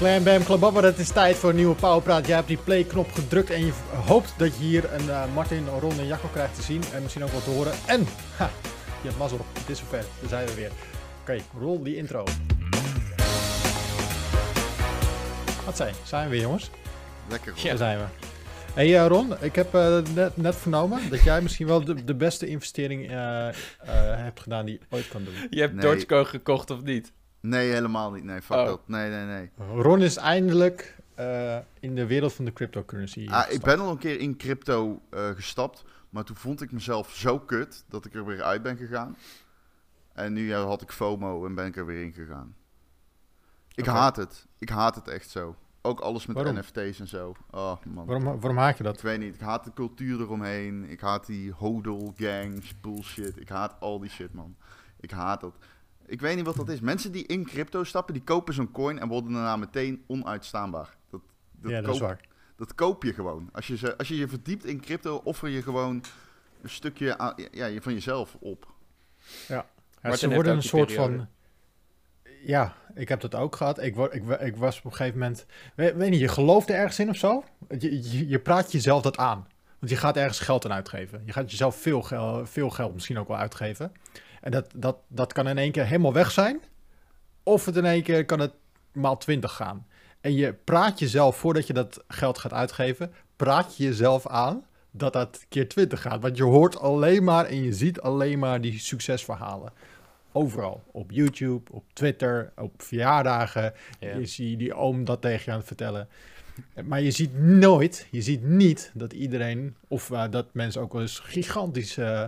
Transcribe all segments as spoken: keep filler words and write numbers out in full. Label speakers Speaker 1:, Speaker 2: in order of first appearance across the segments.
Speaker 1: Slam Bam Klababber, het is tijd voor een nieuwe Powerpraat. Jij hebt die play-knop gedrukt en je hoopt dat je hier een uh, Martin, Ron en Jacco krijgt te zien. En misschien ook wat te horen. En, ha, je hebt mazzel, het is zover. Daar zijn we weer. Oké, okay, rol die intro. Wat zijn? Zijn we weer, jongens?
Speaker 2: Lekker.
Speaker 1: Ja, zijn we. Hé hey, uh, Ron, ik heb uh, net, net vernomen dat jij misschien wel de, de beste investering uh, uh, hebt gedaan die je ooit kan doen.
Speaker 3: Je hebt
Speaker 2: Nee.
Speaker 3: Dogecoin gekocht of niet?
Speaker 2: Nee, helemaal niet. Nee, fuck
Speaker 3: Oh.
Speaker 2: dat. Nee, nee, nee.
Speaker 1: Ron is eindelijk uh, in de wereld van de cryptocurrency.
Speaker 2: Ah, ik ben al een keer in crypto uh, gestapt, maar toen vond ik mezelf zo kut dat ik er weer uit ben gegaan. En nu ja, had ik FOMO en ben ik er weer in gegaan. Ik
Speaker 1: Okay.
Speaker 2: haat het. Ik haat het echt zo. Ook alles met
Speaker 1: Waarom?
Speaker 2: N F T's en zo. Oh man.
Speaker 1: Waarom, waarom haat je dat?
Speaker 2: Ik weet niet. Ik haat de cultuur eromheen. Ik haat die hodl gangs, bullshit. Ik haat al die shit, man. Ik haat dat. Ik weet niet wat dat is. Mensen die in crypto stappen, die kopen zo'n coin en worden daarna meteen onuitstaanbaar. Dat, dat,
Speaker 1: Ja, dat
Speaker 2: koop,
Speaker 1: is waar.
Speaker 2: dat koop je gewoon. Als je, ze, als je je verdiept in crypto, offer je gewoon een stukje aan, ja, van jezelf op.
Speaker 1: Ja, ja
Speaker 3: Martin
Speaker 1: ze
Speaker 3: heeft
Speaker 1: worden
Speaker 3: ook
Speaker 1: een
Speaker 3: die
Speaker 1: soort
Speaker 3: periode.
Speaker 1: van... Ja, ik heb dat ook gehad. Ik, wa- ik, wa- ik was op een gegeven moment... Weet, weet niet, je gelooft er ergens in of zo? Je, je, je praat jezelf dat aan. Want je gaat ergens geld aan uitgeven. Je gaat jezelf veel, gel- veel geld misschien ook wel uitgeven. En dat, dat, dat kan in één keer helemaal weg zijn. Of het in één keer kan het maal twintig gaan. En je praat jezelf, voordat je dat geld gaat uitgeven... praat je jezelf aan dat dat keer twintig gaat. Want je hoort alleen maar en je ziet alleen maar die succesverhalen. Overal. Op YouTube, op Twitter, op verjaardagen.
Speaker 3: Ja.
Speaker 1: Je ziet die oom dat tegen je aan het vertellen. Maar je ziet nooit, je ziet niet dat iedereen... of uh, dat mensen ook wel eens gigantisch... Uh,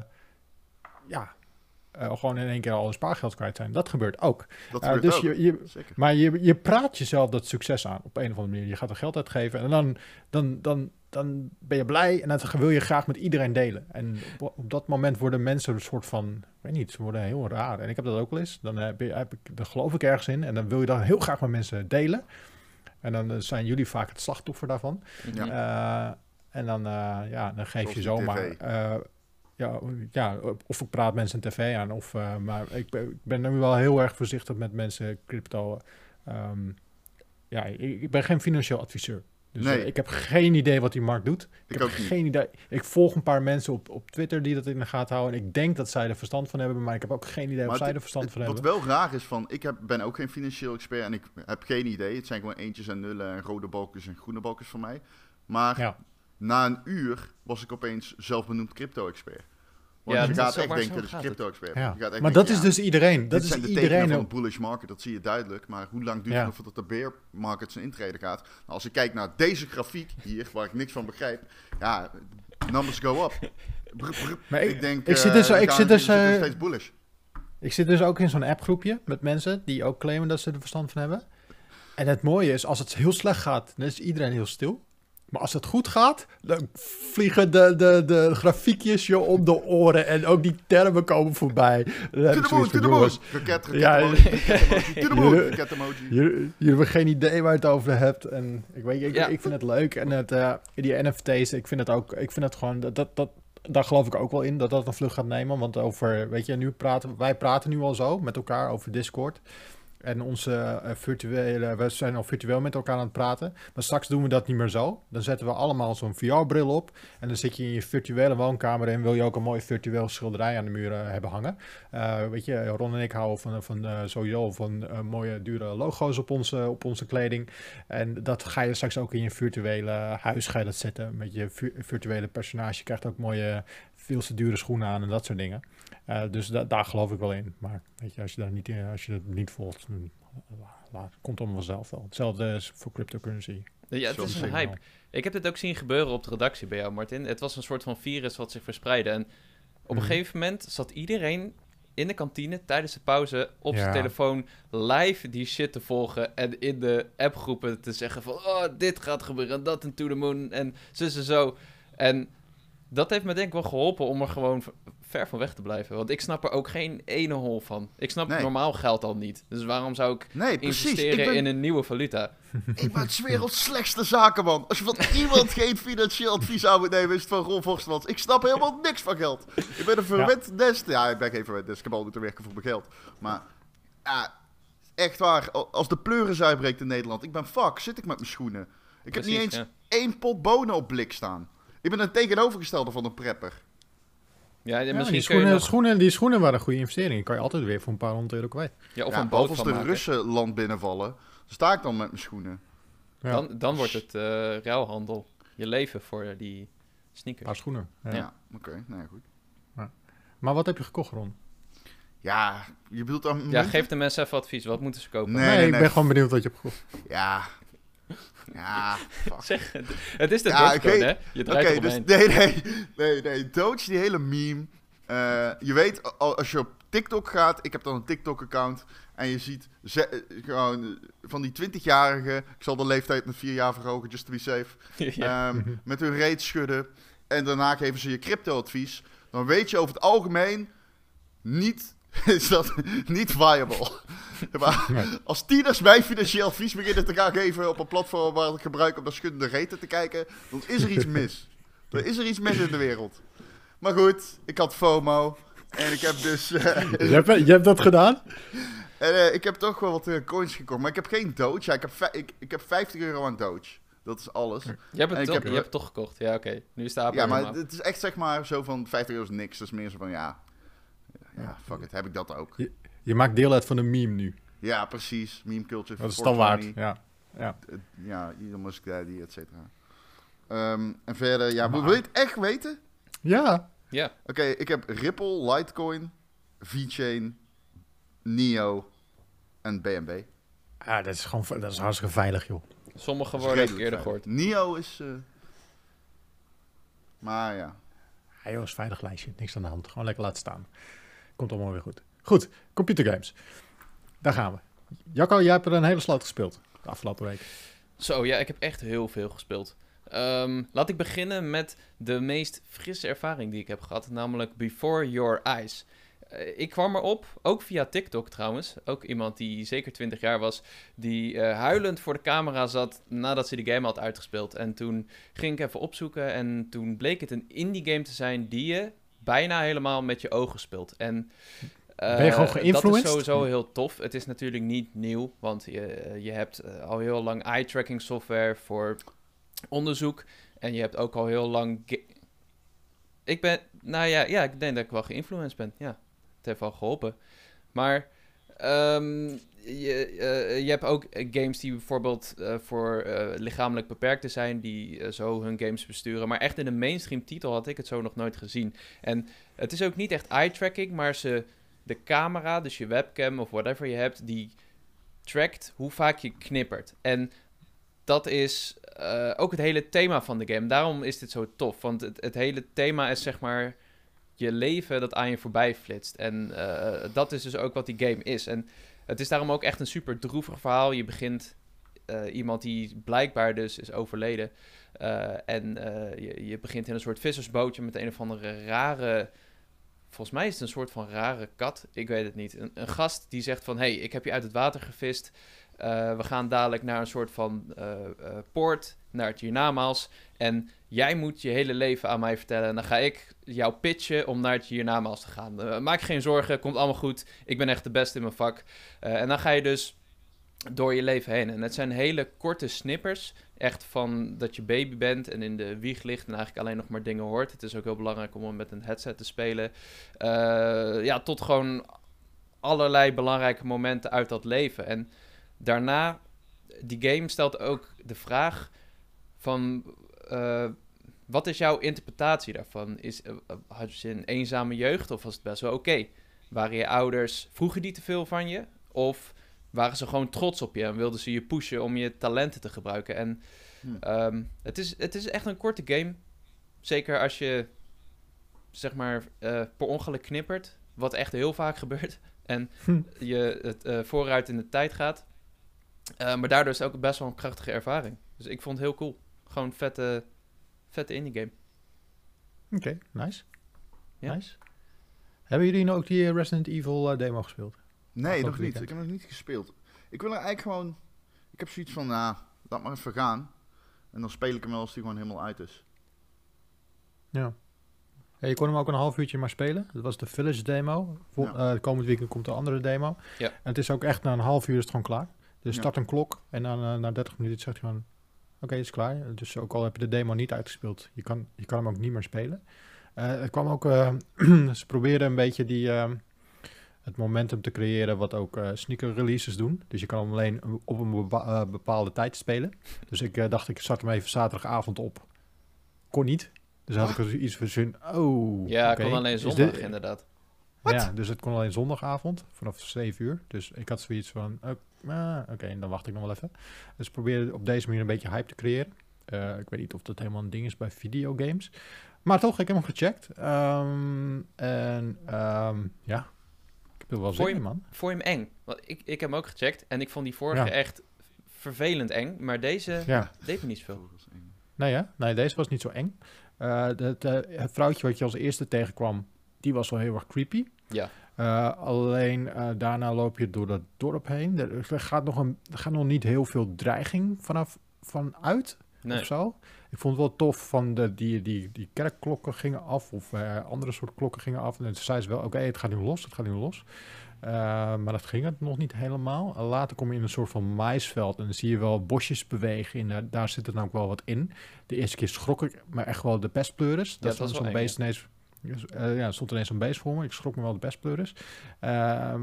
Speaker 1: ja, uh, gewoon in één keer al hun spaargeld kwijt zijn. Dat gebeurt ook.
Speaker 2: Dat
Speaker 1: Uh,
Speaker 2: gebeurt
Speaker 1: dus
Speaker 2: ook.
Speaker 1: je, je,
Speaker 2: Zeker.
Speaker 1: maar je, je praat jezelf dat succes aan op een of andere manier. Je gaat er geld uitgeven en dan, dan, dan, dan ben je blij en dat wil je graag met iedereen delen. En op, op dat moment worden mensen een soort van, ik weet niet, ze worden heel raar. En ik heb dat ook wel eens. Dan, heb je, heb ik, dan geloof ik ergens in en dan wil je dat heel graag met mensen delen. En dan uh, zijn jullie vaak het slachtoffer daarvan.
Speaker 3: Mhm.
Speaker 2: Ja.
Speaker 1: Uh, en dan, uh, ja, dan geef
Speaker 2: Zoals
Speaker 1: je
Speaker 2: die
Speaker 1: zomaar...
Speaker 2: tv.
Speaker 1: Uh, ja, ja, of ik praat mensen een tv aan. Of, uh, maar ik ben, ik ben nu wel heel erg voorzichtig met mensen crypto. Um, ja, ik, ik ben geen financieel adviseur. Dus
Speaker 2: Nee.
Speaker 1: uh, ik heb geen idee wat die markt doet. Ik,
Speaker 2: Ik
Speaker 1: heb
Speaker 2: ook niet.
Speaker 1: geen idee. Ik volg een paar mensen op, op Twitter die dat in de gaten houden. En ik denk dat zij er verstand van hebben. Maar ik heb ook geen idee of
Speaker 2: Maar
Speaker 1: zij
Speaker 2: het-
Speaker 1: er verstand
Speaker 2: het-
Speaker 1: van
Speaker 2: wat
Speaker 1: hebben.
Speaker 2: wel raar is van, ik heb, ben ook geen financieel expert en ik heb geen idee. Het zijn gewoon eentjes en nullen en rode balkjes en groene balkjes voor mij. Maar
Speaker 1: Ja.
Speaker 2: na een uur was ik opeens zelfbenoemd crypto-expert. Want
Speaker 3: Ja,
Speaker 2: je
Speaker 3: dat
Speaker 2: gaat
Speaker 3: is
Speaker 2: echt
Speaker 3: zomaar
Speaker 2: denken,
Speaker 3: zo
Speaker 2: dat is
Speaker 3: gaat het.
Speaker 2: crypto-expert.
Speaker 1: Ja.
Speaker 2: Je gaat echt
Speaker 1: Maar
Speaker 2: denken,
Speaker 1: dat is
Speaker 2: ja,
Speaker 1: dus iedereen. Dat
Speaker 2: dit
Speaker 1: is
Speaker 2: zijn de
Speaker 1: iedereen.
Speaker 2: tekenen van
Speaker 1: ook.
Speaker 2: een bullish market, dat zie je duidelijk. Maar hoe lang duurt
Speaker 1: Ja.
Speaker 2: het nog voordat de bear market zijn intrede gaat? Nou, als ik kijk naar deze grafiek hier, waar ik niks van begrijp. Ja, numbers go up. Brr, brr.
Speaker 1: Maar ik-
Speaker 2: ik denk,
Speaker 1: ik zit
Speaker 2: eh,
Speaker 1: dus-
Speaker 2: we
Speaker 1: ik
Speaker 2: gaan-
Speaker 1: zit dus,
Speaker 2: we zitten nog
Speaker 1: eh,
Speaker 2: steeds bullish.
Speaker 1: Ik zit dus ook in zo'n appgroepje met mensen die ook claimen dat ze er verstand van hebben. En het mooie is, als het heel slecht gaat, dan is iedereen heel stil. Maar als het goed gaat, dan vliegen de, de, de grafiekjes je om de oren en ook die termen komen voorbij. Dan heb
Speaker 2: To
Speaker 1: ik
Speaker 2: the moon,
Speaker 1: zoiets
Speaker 2: to
Speaker 1: van,
Speaker 2: the moon.
Speaker 1: jongens,
Speaker 2: Raket, raket
Speaker 1: Ja,
Speaker 2: emoji, raket emoji. To the moon,
Speaker 1: Jullie-
Speaker 2: raket emoji.
Speaker 1: jullie jullie hebben geen idee waar je het over hebt. En ik, weet, ik,
Speaker 3: Ja.
Speaker 1: ik vind het leuk. En het, uh, die N F T's, ik vind het ook, ik vind het gewoon, dat, dat, dat, daar geloof ik ook wel in, dat dat een vlucht gaat nemen. Want over, weet je, nu praten, wij praten nu al zo met elkaar over Discord. En onze uh, virtuele, we zijn al virtueel met elkaar aan het praten. Maar straks doen we dat niet meer zo. Dan zetten we allemaal zo'n V R-bril op. En dan zit je in je virtuele woonkamer en wil je ook een mooi virtueel schilderij aan de muren hebben hangen. Uh, weet je, Ron en ik houden van, van uh, sowieso van uh, mooie dure logo's op onze, op onze kleding. En dat ga je straks ook in je virtuele huis ga je dat zetten. Met je vu- virtuele personage. Je krijgt ook mooie, veel te dure schoenen aan en dat soort dingen. Uh, dus da- daar geloof ik wel in. Maar weet je, als je, daar niet, uh, als je dat niet volgt, dan la- la- komt het allemaal vanzelf wel. Hetzelfde is voor cryptocurrency.
Speaker 3: Ja, het
Speaker 2: Zo'n
Speaker 3: is een
Speaker 2: signaal.
Speaker 3: hype. Ik heb dit ook zien gebeuren op de redactie bij jou, Martin. Het was een soort van virus wat zich verspreidde. En op een
Speaker 1: Mhm.
Speaker 3: gegeven moment zat iedereen in de kantine tijdens de pauze op zijn
Speaker 1: Ja.
Speaker 3: telefoon live die shit te volgen. En in de appgroepen te zeggen van, oh, dit gaat gebeuren en dat en to the moon en zo en zo. En dat heeft me denk ik wel geholpen om er gewoon v- ver van weg te blijven. Want ik snap er ook geen ene hol van. Ik snap
Speaker 2: Nee.
Speaker 3: normaal geld al niet. Dus waarom zou ik
Speaker 2: Nee, precies. Ik
Speaker 3: investeren
Speaker 2: ben,
Speaker 3: in een nieuwe valuta?
Speaker 2: ik ben het werelds slechtste zakenman. Als je van iemand geen financieel advies aan moet nemen, is het van Ron Vorstemans. Ik snap helemaal niks van geld. Ik ben een verwend nest. Ja, ik ben geen verwend nest. Ik heb al moeten werken voor mijn geld. Maar ja, Echt waar. Al- Als de pleuris uitbreekt in Nederland. Ik ben fuck. Zit ik met mijn schoenen. Ik
Speaker 3: Precies,
Speaker 2: heb niet eens
Speaker 3: ja.
Speaker 2: één pot bonen op blik staan. Ik ben een tegenovergestelde van een prepper.
Speaker 3: Ja,
Speaker 1: Ja,
Speaker 3: misschien
Speaker 1: die,
Speaker 3: kun je
Speaker 1: schoenen,
Speaker 3: nog...
Speaker 1: schoenen, die schoenen waren een goede investering. Die kan je altijd weer voor een paar honderd euro kwijt.
Speaker 3: Ja, of
Speaker 2: Ja,
Speaker 3: een boot
Speaker 2: behalve als
Speaker 3: van
Speaker 2: de
Speaker 3: maken.
Speaker 2: Russen land binnenvallen. Dan sta ik dan met mijn schoenen.
Speaker 1: Ja,
Speaker 3: Dan, dan wordt het eh ruilhandel. Je leven voor die
Speaker 1: een
Speaker 3: sneakers.
Speaker 1: paar schoenen. Ja.
Speaker 2: Ja, oké. Nou ja, goed.
Speaker 1: Maar wat heb je gekocht, Ron?
Speaker 2: Ja, je bedoelt dan...
Speaker 3: Ja,
Speaker 2: munten?
Speaker 3: geef de mensen even advies. Wat moeten ze kopen?
Speaker 2: Nee,
Speaker 1: Nee,
Speaker 2: nee,
Speaker 1: ik
Speaker 2: nee.
Speaker 1: ben gewoon benieuwd wat je hebt gekocht.
Speaker 2: Ja. Ja, fuck.
Speaker 3: Zeg, het is de
Speaker 2: Ja,
Speaker 3: Dogecoin,
Speaker 2: ik
Speaker 3: hè?
Speaker 2: weet-
Speaker 3: Je
Speaker 2: Oké,
Speaker 3: draait
Speaker 2: dus
Speaker 3: eromheen.
Speaker 2: nee, nee, nee, nee. Doge, die hele meme. Eh, je weet, al- als je op TikTok gaat, ik heb dan een TikTok-account, en je ziet ze- eh, gewoon eh, van die twintigjarigen, ik zal de leeftijd met vier jaar verhogen, just to be safe,
Speaker 3: Ja.
Speaker 2: ehm, met hun reet schudden, en daarna geven ze je crypto-advies, dan weet je over het algemeen niet, is dat niet viable. Maar
Speaker 1: Nee.
Speaker 2: als tieners mij financieel advies beginnen te gaan geven op een platform waar ik gebruik om naar schuddende reten te kijken, dan is er iets mis. Dan is er iets mis in de wereld. Maar goed, ik had FOMO. En ik heb dus... eh,
Speaker 1: Je hebt, je hebt dat gedaan?
Speaker 2: en, eh, ik heb toch wel wat eh, coins gekocht. Maar ik heb geen Doge. Ja, ik, heb vij- ik, ik heb vijftig euro aan Doge. Dat is alles.
Speaker 3: Je hebt
Speaker 2: En
Speaker 3: het,
Speaker 2: ik
Speaker 3: toch,
Speaker 2: heb-
Speaker 3: je hebt het toch gekocht. Ja, oké. Nu is de aap
Speaker 2: Ja,
Speaker 3: er
Speaker 2: maar
Speaker 3: helemaal.
Speaker 2: het is echt zeg maar zo van vijftig euro is niks. Dat is meer zo van ja... Ja, fuck it. Heb ik dat ook.
Speaker 1: Je maakt deel uit van de meme nu.
Speaker 2: Ja, precies. Meme culture.
Speaker 1: Dat is
Speaker 2: four
Speaker 1: dan waard.
Speaker 2: twenty.
Speaker 1: Ja. Ja.
Speaker 2: Eh, Ja, Elon Musk Daddy, et cetera. Ehm, en verder, ja,
Speaker 1: Maar-
Speaker 2: wil je het echt weten?
Speaker 1: Ja.
Speaker 3: Ja,
Speaker 2: Oké, ik heb Ripple, Litecoin, VeChain, Neo en B N B.
Speaker 1: Ah, dat is gewoon dat is hartstikke veilig, joh.
Speaker 3: sommige
Speaker 2: Dat is
Speaker 3: woorden heb ik
Speaker 2: redelijk
Speaker 3: eerder
Speaker 2: veilig.
Speaker 3: gehoord.
Speaker 2: Neo is... eh, Maar ja.
Speaker 1: Ja, joh, is een veilig lijstje. Niks aan de hand. Gewoon lekker laten staan. Komt allemaal weer goed. Goed, computergames. Daar gaan we. Jacco, jij hebt er een hele slot gespeeld de afgelopen week.
Speaker 3: Zo, ja, ik heb echt heel veel gespeeld. Ehm, laat ik beginnen met de meest frisse ervaring die ik heb gehad, namelijk Before Your Eyes. Eh, ik kwam erop, ook via TikTok trouwens. Ook iemand die zeker twintig jaar was, die eh, huilend voor de camera zat nadat ze die game had uitgespeeld. En toen ging ik even opzoeken en toen bleek het een indie game te zijn die je bijna helemaal met je ogen speelt. En eh,
Speaker 1: Ben je gewoon
Speaker 3: dat
Speaker 1: geïnfluenced?
Speaker 3: is sowieso heel tof. Het is natuurlijk niet nieuw, want je, je hebt eh, al heel lang eye-tracking software voor onderzoek. En je hebt ook al heel lang... ga- Ik ben... Nou ja, ja, ik denk dat ik wel geïnfluenced ben. Ja, het heeft wel geholpen. Maar ehm, je, eh, je hebt ook eh, games die bijvoorbeeld eh, voor eh, lichamelijk beperkten zijn, die eh, zo hun games besturen. Maar echt in een mainstream titel had ik het zo nog nooit gezien. En het is ook niet echt eye-tracking, maar ze, de camera, dus je webcam of whatever je hebt, die trackt hoe vaak je knippert. En dat is eh, ook het hele thema van de game. Daarom is dit zo tof. Want het, het hele thema is zeg maar je leven dat aan je voorbij flitst. En eh, dat is dus ook wat die game is. En het is daarom ook echt een super droevig verhaal. Je begint eh, iemand die blijkbaar dus is overleden. Eh, en eh, je, je begint in een soort vissersbootje met een of andere rare... Volgens mij is het een soort van rare kat. Ik weet het niet. Een, een gast die zegt van... hey, ik heb je uit het water gevist. Uh, we gaan dadelijk naar een soort van uh, uh, poort, naar het hiernamaals. En jij moet je hele leven aan mij vertellen. En dan ga ik jou pitchen om naar het hiernamaals te gaan. Uh, maak je geen zorgen, komt allemaal goed. Ik ben echt de beste in mijn vak. Uh, en dan ga je dus door je leven heen. En het zijn hele korte snippers. Echt van dat je baby bent en in de wieg ligt en eigenlijk alleen nog maar dingen hoort. Het is ook heel belangrijk om met een headset te spelen. Uh, ja, tot gewoon allerlei belangrijke momenten uit dat leven. En daarna, die game stelt ook de vraag van... Uh, wat is jouw interpretatie daarvan? Is, uh, had je een eenzame jeugd of was het best wel oké? Okay? Waren je ouders, vroegen die te veel van je? Of waren ze gewoon trots op je en wilden ze je pushen om je talenten te gebruiken? En hm. um, het, is, het is echt een korte game. Zeker als je, zeg maar, uh, per ongeluk knippert. Wat echt heel vaak gebeurt. En hm. je het uh, vooruit in de tijd gaat. Uh, maar daardoor is het ook best wel een krachtige ervaring. Dus ik vond het heel cool. Gewoon vette, vette indie game.
Speaker 1: Oké, okay, nice.
Speaker 3: Ja.
Speaker 1: nice. Hebben jullie nou ook die Resident Evil uh, demo gespeeld?
Speaker 2: Nee, nog niet. Ik heb nog niet gespeeld. Ik wil er eigenlijk gewoon... Ik heb zoiets van, nou, laat maar even gaan. En dan speel ik hem wel als die gewoon helemaal uit is.
Speaker 1: Ja. Ja, je kon hem ook een half uurtje maar spelen. Dat was de Village demo. Vol,
Speaker 2: Ja.
Speaker 1: eh, komend weekend komt de andere demo.
Speaker 3: Ja.
Speaker 1: En het is ook echt na een half uur is het gewoon klaar. Dus
Speaker 2: Ja.
Speaker 1: start een klok en dan eh, na dertig minuten zegt hij gewoon... Oké, het is klaar. Dus ook al heb je de demo niet uitgespeeld, je kan, je kan hem ook niet meer spelen. Eh het kwam ook... eh, ze probeerden een beetje die... eh, het momentum te creëren wat ook eh, sneaker releases doen. Dus je kan hem alleen op een bepa- eh, bepaalde tijd spelen. Dus ik eh, dacht, ik start hem even zaterdagavond op. Kon niet. Dus had ik er iets van zin. Oh,
Speaker 3: Ja,
Speaker 1: oké.
Speaker 3: kon alleen
Speaker 1: Is
Speaker 3: zondag
Speaker 1: dit-
Speaker 3: inderdaad.
Speaker 1: Ja, dus het kon alleen zondagavond vanaf zeven uur. Dus ik had zoiets van, oh, ah, oké, en dan wacht ik nog wel even. Dus ik probeerde op deze manier een beetje hype te creëren. Eh, ik weet niet of dat helemaal een ding is bij videogames. Maar toch, ik heb hem gecheckt. Ehm, en ehm, ja, ik heb er wel
Speaker 3: Vond
Speaker 1: zin
Speaker 3: je-
Speaker 1: in, man.
Speaker 3: Vond je hem eng? Want ik, ik heb hem ook gecheckt en ik vond die vorige
Speaker 1: Ja.
Speaker 3: echt vervelend eng. Maar deze
Speaker 1: Ja,
Speaker 3: deed me niet zoveel.
Speaker 2: Volgens één.
Speaker 1: nee hè? Nee, deze was niet zo eng. Eh, de, de- het vrouwtje wat je als eerste tegenkwam, die was wel heel erg creepy.
Speaker 3: Ja.
Speaker 1: Uh, alleen uh, daarna loop je door dat dorp heen. Er, er, gaat nog een, er gaat nog niet heel veel dreiging vanaf vanuit
Speaker 3: Nee.
Speaker 1: of zo. Ik vond het wel tof van de, die, die, die kerkklokken gingen af of uh, andere soort klokken gingen af. En toen zei ze wel, oké, okay, het gaat nu los, het gaat nu los. Uh, maar dat ging het nog niet helemaal. Uh, later kom je in een soort van maisveld en dan zie je wel bosjes bewegen. En uh, daar zit er dan ook wel wat in. De eerste keer schrok ik, maar echt wel de pestpleuris.
Speaker 3: Ja,
Speaker 1: dat
Speaker 3: dat was
Speaker 1: zo'n
Speaker 3: wel eng,
Speaker 1: beest ineens... Uh, ja, er stond ineens een beest voor me. Ik schrok me wel de pestpleuris. Uh,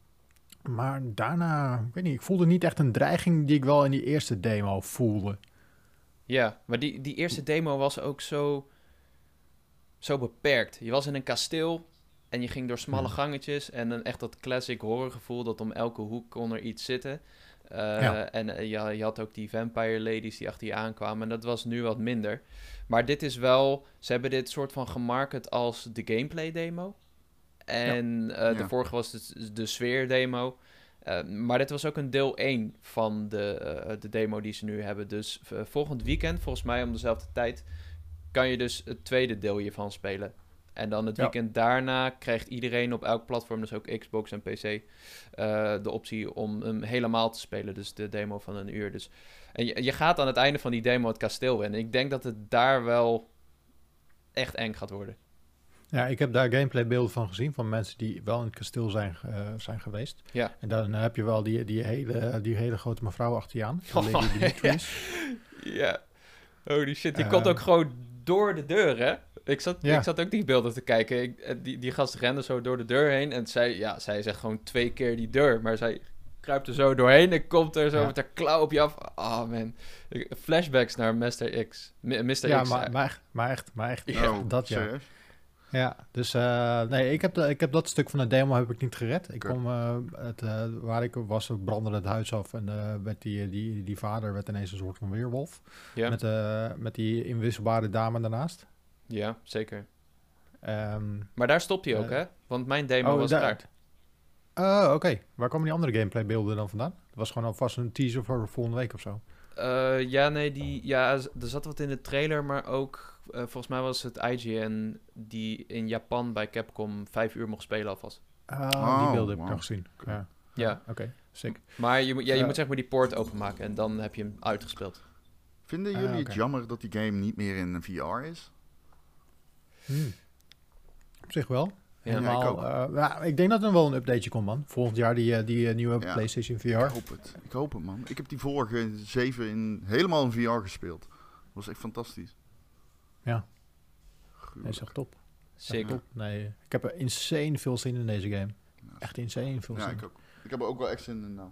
Speaker 1: maar daarna, ik weet niet, ik voelde niet echt een dreiging die ik wel in die eerste demo voelde.
Speaker 3: Ja, maar die, die eerste demo was ook zo, zo beperkt. Je was in een kasteel en je ging door smalle
Speaker 1: Ja.
Speaker 3: gangetjes en een echt dat classic horrorgevoel dat om elke hoek kon er iets zitten. Uh,
Speaker 1: Ja.
Speaker 3: En uh, je, je had ook die vampire ladies die achter je aankwamen en dat was nu wat minder. Maar dit is wel, ze hebben dit soort van gemarket als de gameplay demo. En ja. uh, de
Speaker 2: Ja.
Speaker 3: vorige was de, de sfeer demo. Uh, maar dit was ook een deel één van de, uh, de demo die ze nu hebben. Dus uh, volgend weekend, volgens mij om dezelfde tijd, kan je dus het tweede deel hiervan spelen. En dan het
Speaker 1: Ja.
Speaker 3: weekend daarna krijgt iedereen op elk platform, dus ook Xbox en P C, uh, de optie om hem helemaal te spelen. Dus de demo van een uur. Dus, en je, je gaat aan het einde van die demo het kasteel in. En ik denk dat het daar wel echt eng gaat worden.
Speaker 1: Ja, ik heb daar gameplaybeelden van gezien van mensen die wel in het kasteel zijn, uh, zijn geweest.
Speaker 3: Ja.
Speaker 1: En dan uh, heb je wel die, die, hele, die hele grote mevrouw achter je aan.
Speaker 3: Oh,
Speaker 1: Lady Dimitri.
Speaker 3: Ja. Holy shit, die
Speaker 1: Uh,
Speaker 3: komt ook gewoon door de deur, hè? Ik zat,
Speaker 1: Ja.
Speaker 3: ik zat ook die beelden te kijken. Ik, die, die gast rende zo door de deur heen. En zij, ja, zij zegt gewoon twee keer die deur. Maar zij kruipt er zo doorheen en komt er zo
Speaker 1: Ja.
Speaker 3: met haar klauw op je af. Oh man. Flashbacks naar mister X. M- mister
Speaker 1: Ja,
Speaker 3: X.
Speaker 1: maar, maar echt, maar echt, maar echt.
Speaker 3: Ja,
Speaker 2: Oh,
Speaker 1: dat ja.
Speaker 2: serieus?
Speaker 1: Ja, dus uh, nee, ik heb, de, ik heb dat stuk van de demo heb ik niet gered. Ik
Speaker 2: Oké.
Speaker 1: kom, uh, het, uh, waar ik was, brandde het huis af en uh, werd die, die, die vader werd ineens een soort van weerwolf.
Speaker 3: Ja,
Speaker 1: Met, uh, met die inwisselbare dame daarnaast.
Speaker 3: ja, zeker.
Speaker 1: Um,
Speaker 3: Maar daar stopt hij ook,
Speaker 1: Uh,
Speaker 3: hè? Want mijn demo
Speaker 1: oh,
Speaker 3: was
Speaker 1: daar-
Speaker 3: klaar.
Speaker 1: Oh, oké. Okay. Waar komen die andere gameplaybeelden dan vandaan? Dat was gewoon alvast een teaser voor volgende week of zo.
Speaker 3: Uh, ja, nee, die, ja, z- er zat wat in de trailer, maar ook, uh, volgens mij was het I G N die in Japan bij Capcom vijf uur mocht spelen alvast.
Speaker 1: Uh, die
Speaker 2: Oh,
Speaker 1: beelden heb ik
Speaker 2: wow.
Speaker 1: nog gezien. Ja,
Speaker 3: Ja,
Speaker 1: oké. Okay. Sick.
Speaker 3: maar je, moet- ja, je
Speaker 1: Ja.
Speaker 3: moet zeg maar die poort openmaken en dan heb je hem uitgespeeld.
Speaker 2: Vinden
Speaker 1: Ah,
Speaker 2: jullie
Speaker 1: oké.
Speaker 2: het jammer dat die game niet meer in V R is?
Speaker 1: Hmm. Op zich wel.
Speaker 3: Ja.
Speaker 1: Helemaal,
Speaker 2: Ja, ik ook.
Speaker 1: uh, ja, ik denk dat er wel een updateje komt, man. Volgend jaar die, uh, die uh, nieuwe
Speaker 2: Ja.
Speaker 1: PlayStation V
Speaker 2: Ik
Speaker 1: R.
Speaker 2: hoop het. Ik hoop het, man. Ik heb die vorige zeven in, helemaal in V R gespeeld. Dat was echt fantastisch.
Speaker 1: Ja.
Speaker 2: Gruwelijk.
Speaker 1: Nee, is echt top.
Speaker 3: Sick.
Speaker 1: Top. Nee, ik heb er insane veel zin in deze game.
Speaker 2: Ja,
Speaker 1: Echt insane veel
Speaker 2: Ja,
Speaker 1: zin.
Speaker 2: ik ook. Ik heb er ook wel echt zin in nou.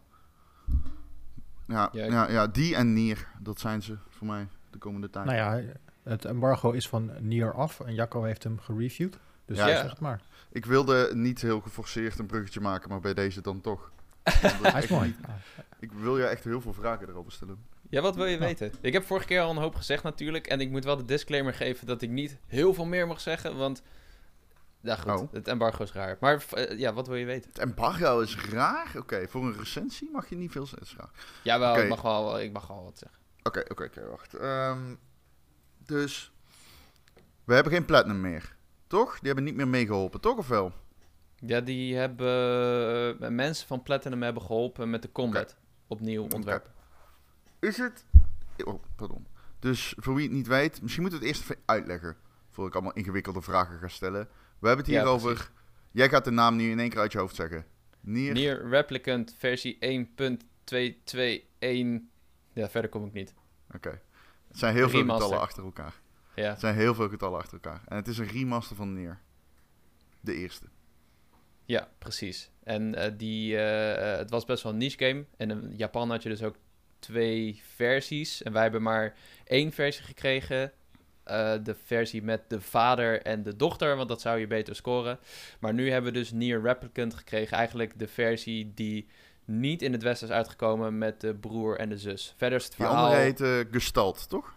Speaker 2: Ja,
Speaker 3: Ja,
Speaker 2: ja,
Speaker 3: ik-
Speaker 2: ja, die en Nier, dat zijn ze voor mij de komende tijd.
Speaker 1: Nou ja, het embargo is van Nier af en Jacco heeft hem gereviewd. Dus
Speaker 2: Ja,
Speaker 1: ja,
Speaker 3: ja.
Speaker 1: zeg het maar.
Speaker 2: Ik wilde niet heel geforceerd een bruggetje maken, maar bij deze dan toch. Want dat
Speaker 1: Hij is
Speaker 2: echt
Speaker 1: mooi.
Speaker 2: niet- Ik wil je echt heel veel vragen erover stellen.
Speaker 3: Ja, wat wil je
Speaker 1: Ja.
Speaker 3: weten? Ik heb vorige keer al een hoop gezegd natuurlijk. En ik moet wel de disclaimer geven dat ik niet heel veel meer mag zeggen. Want, ja goed,
Speaker 2: Oh.
Speaker 3: het embargo is raar. Maar uh, ja, wat wil je weten?
Speaker 2: Het embargo is raar. Oké, voor een recensie mag je niet veel zeggen.
Speaker 3: Jawel,
Speaker 2: Oké.
Speaker 3: ik, mag wel, ik mag wel wat zeggen.
Speaker 2: Oké, oké, oké, wacht. Ehm, dus, we hebben geen platinum meer. Toch? Die hebben niet meer meegeholpen, toch of wel?
Speaker 3: Ja, die hebben... uh, mensen van Platinum hebben geholpen met de combat.
Speaker 2: Oké.
Speaker 3: Opnieuw ontwerpen.
Speaker 2: Is het... Oh, pardon. Dus voor wie het niet weet, misschien moeten we het eerst even uitleggen. Voordat ik allemaal ingewikkelde vragen ga stellen. We hebben het hier
Speaker 3: Ja,
Speaker 2: over...
Speaker 3: precies.
Speaker 2: Jij gaat de naam nu in één keer uit je hoofd zeggen. Nier...
Speaker 3: Nier Replicant versie één punt tweehonderdeenentwintig. Ja, verder kom ik niet.
Speaker 2: Oké. Het zijn heel veel
Speaker 3: Remaster.
Speaker 2: getallen achter elkaar.
Speaker 3: Ja,
Speaker 2: Het zijn heel veel getallen achter elkaar. En het is een remaster van Nier. De eerste.
Speaker 3: ja precies. En eh, die, eh, eh, het was best wel een niche game. En in Japan had je dus ook twee versies. En wij hebben maar één versie gekregen. Uh, de versie met de vader en de dochter, want dat zou je beter scoren. Maar nu hebben we dus Nier Replicant gekregen. Eigenlijk de versie die niet in het Westen is uitgekomen met de broer en de zus. Verder is het
Speaker 2: Die
Speaker 3: verhaal...
Speaker 2: andere heet uh, Gestalt, toch?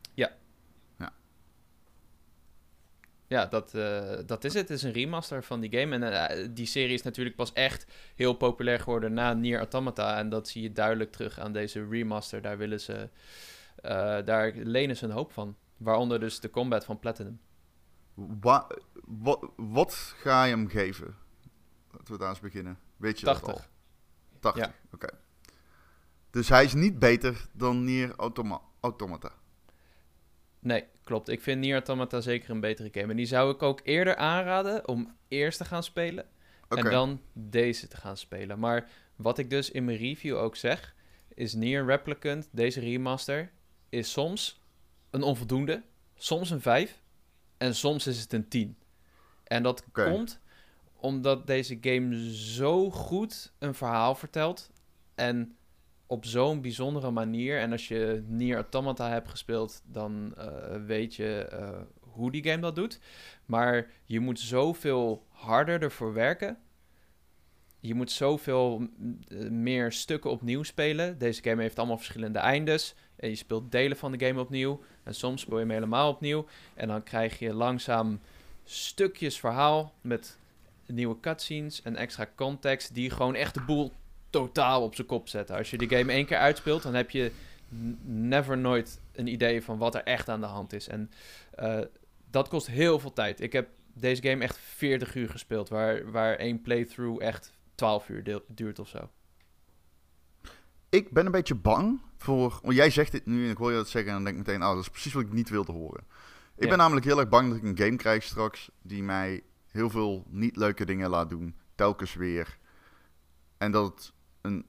Speaker 3: Ja, dat, uh, dat is het. Het is een remaster van die game. En uh, die serie is natuurlijk pas echt heel populair geworden na Nier Automata. En dat zie je duidelijk terug aan deze remaster. Daar willen ze... Uh, daar lenen ze een hoop van. Waaronder dus de combat van Platinum.
Speaker 2: Wa- wa- wat ga je hem geven? Laten we daar eens beginnen. Weet je
Speaker 3: tachtig.
Speaker 2: dat al? tachtig,
Speaker 3: Ja.
Speaker 2: oké. Okay. Dus hij is niet beter dan Nier Automa- Automata.
Speaker 3: Nee, klopt. Ik vind Nier Automata zeker een betere game. En die zou ik ook eerder aanraden om eerst te gaan spelen.
Speaker 2: Okay.
Speaker 3: En dan deze te gaan spelen. Maar wat ik dus in mijn review ook zeg, is Nier Replicant, deze remaster, is soms een onvoldoende, soms een vijf en soms is het een tien. En dat
Speaker 2: Okay.
Speaker 3: komt omdat deze game zo goed een verhaal vertelt en op zo'n bijzondere manier. En als je Nier Automata hebt gespeeld, dan uh, weet je uh, hoe die game dat doet. Maar je moet zoveel harder ervoor werken. Je moet zoveel uh, meer stukken opnieuw spelen. Deze game heeft allemaal verschillende eindes. En je speelt delen van de game opnieuw. En soms speel je hem helemaal opnieuw. En dan krijg je langzaam stukjes verhaal met nieuwe cutscenes en extra context die gewoon echt de boel totaal op zijn kop zetten. Als je die game één keer uitspeelt, dan heb je n- never nooit een idee van wat er echt aan de hand is. En uh, dat kost heel veel tijd. Ik heb deze game echt veertig uur gespeeld, waar, waar één playthrough echt twaalf uur deel- duurt of zo.
Speaker 2: Ik ben een beetje bang voor... Want jij zegt dit nu en ik hoor je dat zeggen en dan denk ik meteen... Oh, dat is precies wat ik niet wilde horen. Ik
Speaker 3: Ja.
Speaker 2: ben namelijk heel erg bang dat ik een game krijg straks... die mij heel veel niet leuke dingen laat doen. Telkens weer. En dat het een...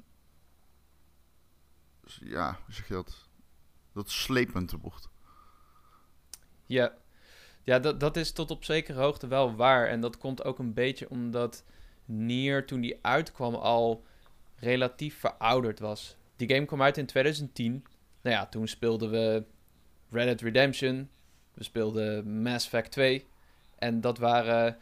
Speaker 2: Ja, hoe zeg je dat? Dat het slepend wordt.
Speaker 3: Ja, ja dat, dat is tot op zekere hoogte wel waar. En dat komt ook een beetje omdat Nier, toen die uitkwam, al relatief verouderd was. Die game kwam uit in twintig tien. Nou ja, toen speelden we Red Dead Redemption. We speelden Mass Effect twee. En dat waren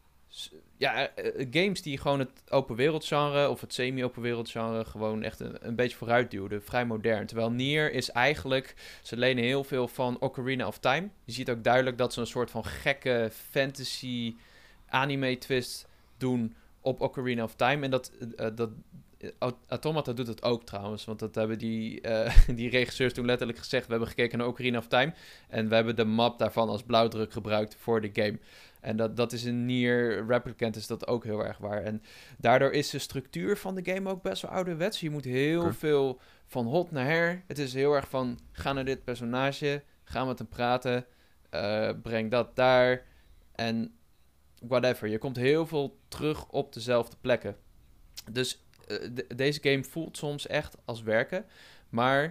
Speaker 3: ja, games die gewoon het open wereld genre of het semi-open wereld genre gewoon echt een, een beetje vooruit duwden. Vrij modern. Terwijl Nier is eigenlijk... Ze lenen heel veel van Ocarina of Time. Je ziet ook duidelijk dat ze een soort van gekke fantasy anime twist doen op Ocarina of Time. En dat... Uh, dat Automata doet het ook trouwens, want dat hebben die, uh, die regisseurs toen letterlijk gezegd. We hebben gekeken naar Ocarina of Time en we hebben de map daarvan als blauwdruk gebruikt voor de game. En dat, dat is in Nier Replicant is dat ook heel erg waar. En daardoor is de structuur van de game ook best wel ouderwets. Je moet heel okay. veel van hot naar her. Het is heel erg van, ga naar dit personage, ga met hem praten, uh, breng dat daar en whatever. Je komt heel veel terug op dezelfde plekken. Dus uh, de, deze game voelt soms echt als werken, maar...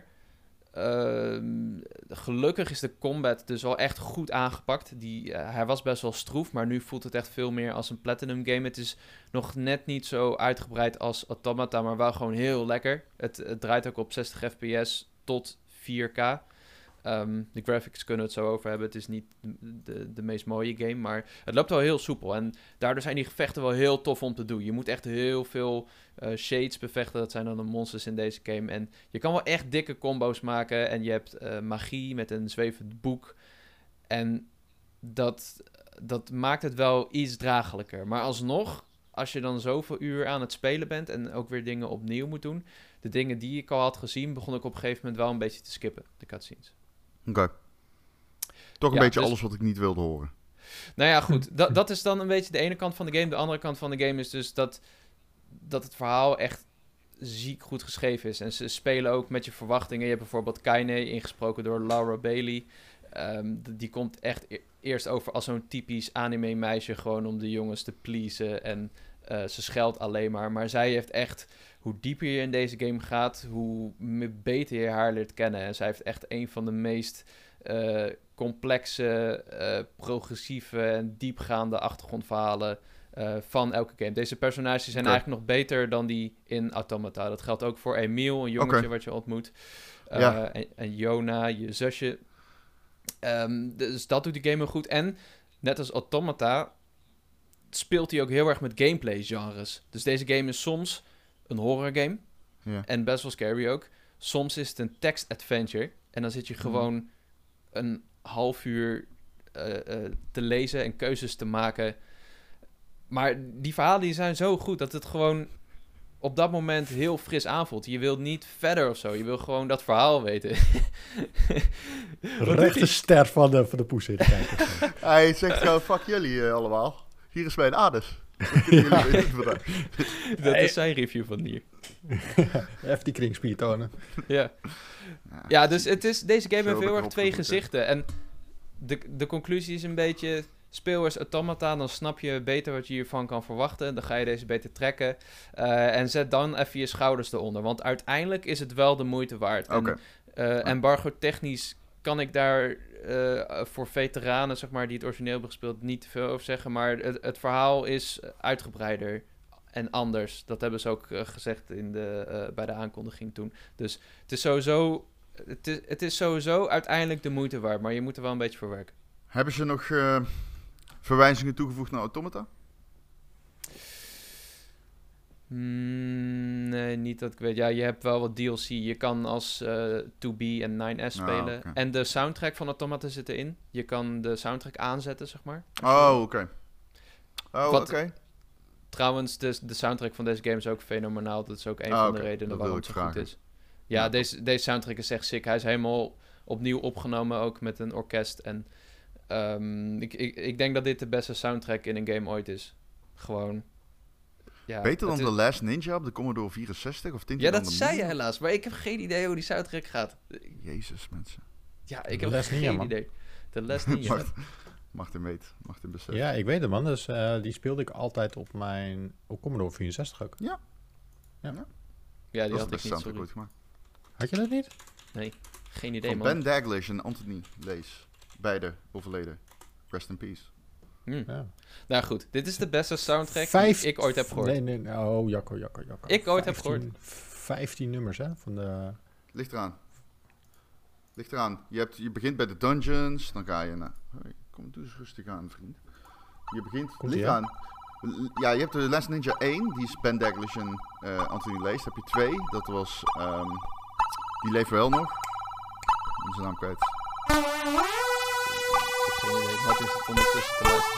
Speaker 3: Uh, gelukkig is de combat dus al echt goed aangepakt. Die, uh, hij was best wel stroef, maar nu voelt het echt veel meer als een Platinum game. Het is nog net niet zo uitgebreid als Automata, maar wel gewoon heel lekker. Het, het draait ook op zestig f p s tot vier K. Um, de graphics kunnen we het zo over hebben. Het is niet de, de, de meest mooie game, maar het loopt wel heel soepel. En daardoor zijn die gevechten wel heel tof om te doen. Je moet echt heel veel uh, shades bevechten. Dat zijn dan de monsters in deze game. En je kan wel echt dikke combo's maken. En je hebt uh, magie met een zwevend boek. En dat, dat maakt het wel iets draaglijker. Maar alsnog, als je dan zoveel uur aan het spelen bent en ook weer dingen opnieuw moet doen, de dingen die ik al had gezien, begon ik op een gegeven moment wel een beetje te skippen, de cutscenes.
Speaker 2: Oké. Okay. Toch een
Speaker 3: ja,
Speaker 2: beetje
Speaker 3: dus,
Speaker 2: alles wat ik niet wilde horen.
Speaker 3: Nou ja, goed. dat, dat is dan een beetje de ene kant van de game. De andere kant van de game is dus dat, dat het verhaal echt ziek goed geschreven is. En ze spelen ook met je verwachtingen. Je hebt bijvoorbeeld Kaine, ingesproken door Laura Bailey. Um, die komt echt eerst over als zo'n typisch anime meisje, gewoon om de jongens te pleasen. En uh, ze scheldt alleen maar. Maar zij heeft echt, hoe dieper je in deze game gaat, hoe beter je haar leert kennen. En zij heeft echt een van de meest uh, complexe, uh, progressieve en diepgaande achtergrondverhalen uh, van elke game. Deze personages zijn okay. eigenlijk nog beter dan die in Automata. Dat geldt ook voor Emile, een jongetje okay. wat je ontmoet. Uh, ja. en, en Yona, je zusje. Um, dus dat doet die game heel goed. En net als Automata speelt hij ook heel erg met gameplay genres. Dus deze game is soms een horror game.
Speaker 2: Ja.
Speaker 3: En best wel scary ook. Soms is het een text adventure. En dan zit je gewoon mm. een half uur uh, uh, te lezen en keuzes te maken. Maar die verhalen die zijn zo goed dat het gewoon op dat moment heel fris aanvoelt. Je wilt niet verder of zo. Je wil gewoon dat verhaal weten.
Speaker 1: Rechte ster van de, van de poes in.
Speaker 2: Hij zegt gewoon, fuck jullie uh, allemaal. Hier is mijn anus. Ja.
Speaker 3: Dat is zijn review van Nier.
Speaker 1: Even die kringspier tonen.
Speaker 3: Ja. Ja, dus het is, deze game heeft heel erg twee gezichten. En de, de conclusie is een beetje, speel eens Automata, dan snap je beter wat je hiervan kan verwachten. Dan ga je deze beter trekken. Uh, en zet dan even je schouders eronder. Want uiteindelijk is het wel de moeite waard.
Speaker 2: Okay.
Speaker 3: En, uh, embargo technisch kan ik daar uh, voor veteranen, zeg maar, die het origineel hebben gespeeld, niet te veel over zeggen. Maar het, het verhaal is uitgebreider en anders. Dat hebben ze ook uh, gezegd in de, uh, bij de aankondiging toen. Dus het is sowieso, het is, het is sowieso uiteindelijk de moeite waard. Maar je moet er wel een beetje voor werken.
Speaker 2: Hebben ze nog uh, verwijzingen toegevoegd naar Automata?
Speaker 3: Mm, nee, niet dat ik weet. Ja, je hebt wel wat D L C. Je kan als uh, two B en nine S spelen. Oh, okay. En de soundtrack van Automata zit erin. Je kan de soundtrack aanzetten, zeg maar.
Speaker 2: Oh, oké. Okay. Oh, oké. Okay.
Speaker 3: Trouwens, de, de soundtrack van deze game is ook fenomenaal. Dat is ook een oh, van okay. de redenen dat waarom het zo vragen. goed is. Ja, ja deze, deze soundtrack is echt sick. Hij is helemaal opnieuw opgenomen, ook met een orkest. En um, ik, ik, ik denk dat dit de beste soundtrack in een game ooit is. Gewoon... Ja,
Speaker 2: beter dan is... The Last Ninja op de Commodore vierenzestig? Of
Speaker 3: ja, dat zei je helaas. Maar ik heb geen idee hoe die soundtrack gaat.
Speaker 2: Jezus, mensen.
Speaker 3: Ja, ik heb Last geen Ninja, idee. The Last Ninja.
Speaker 2: Martin weet. Martin beseft.
Speaker 1: Ja, ik weet het, man. Dus uh, die speelde ik altijd op mijn op Commodore vierenzestig ook.
Speaker 2: Ja.
Speaker 1: Ja,
Speaker 3: ja. ja die
Speaker 2: dat
Speaker 3: had ik niet, sorry.
Speaker 2: Ooit gemaakt.
Speaker 1: Had je dat niet?
Speaker 3: Nee, geen idee,
Speaker 2: Van
Speaker 3: man.
Speaker 2: Ben Daglish en Anthony Lees. Beide overleden. Rest in peace.
Speaker 3: Hmm. Ja. Nou goed, dit is de beste soundtrack
Speaker 1: Vijf...
Speaker 3: die ik ooit heb gehoord.
Speaker 1: Nee, nee, nee. Oh, Jacco, Jacco, Jacco.
Speaker 3: Ik ooit
Speaker 1: vijftien,
Speaker 3: heb gehoord.
Speaker 1: vijftien nummers, hè? Van de...
Speaker 2: Ligt eraan. Ligt eraan. Je, hebt, je begint bij de dungeons, dan ga je naar... Hey, kom, doe eens rustig aan, vriend. Je begint...
Speaker 1: Komt
Speaker 2: ligt
Speaker 1: ie,
Speaker 2: aan. Ja, je hebt de Last Ninja één, die is Ben Daglish en uh, Anthony Lees. Dan heb je twee, dat was... Um, die leven wel nog. Ik ben zijn naam kwijt.
Speaker 3: Geen idee, wat is het ondertussen te luisteren?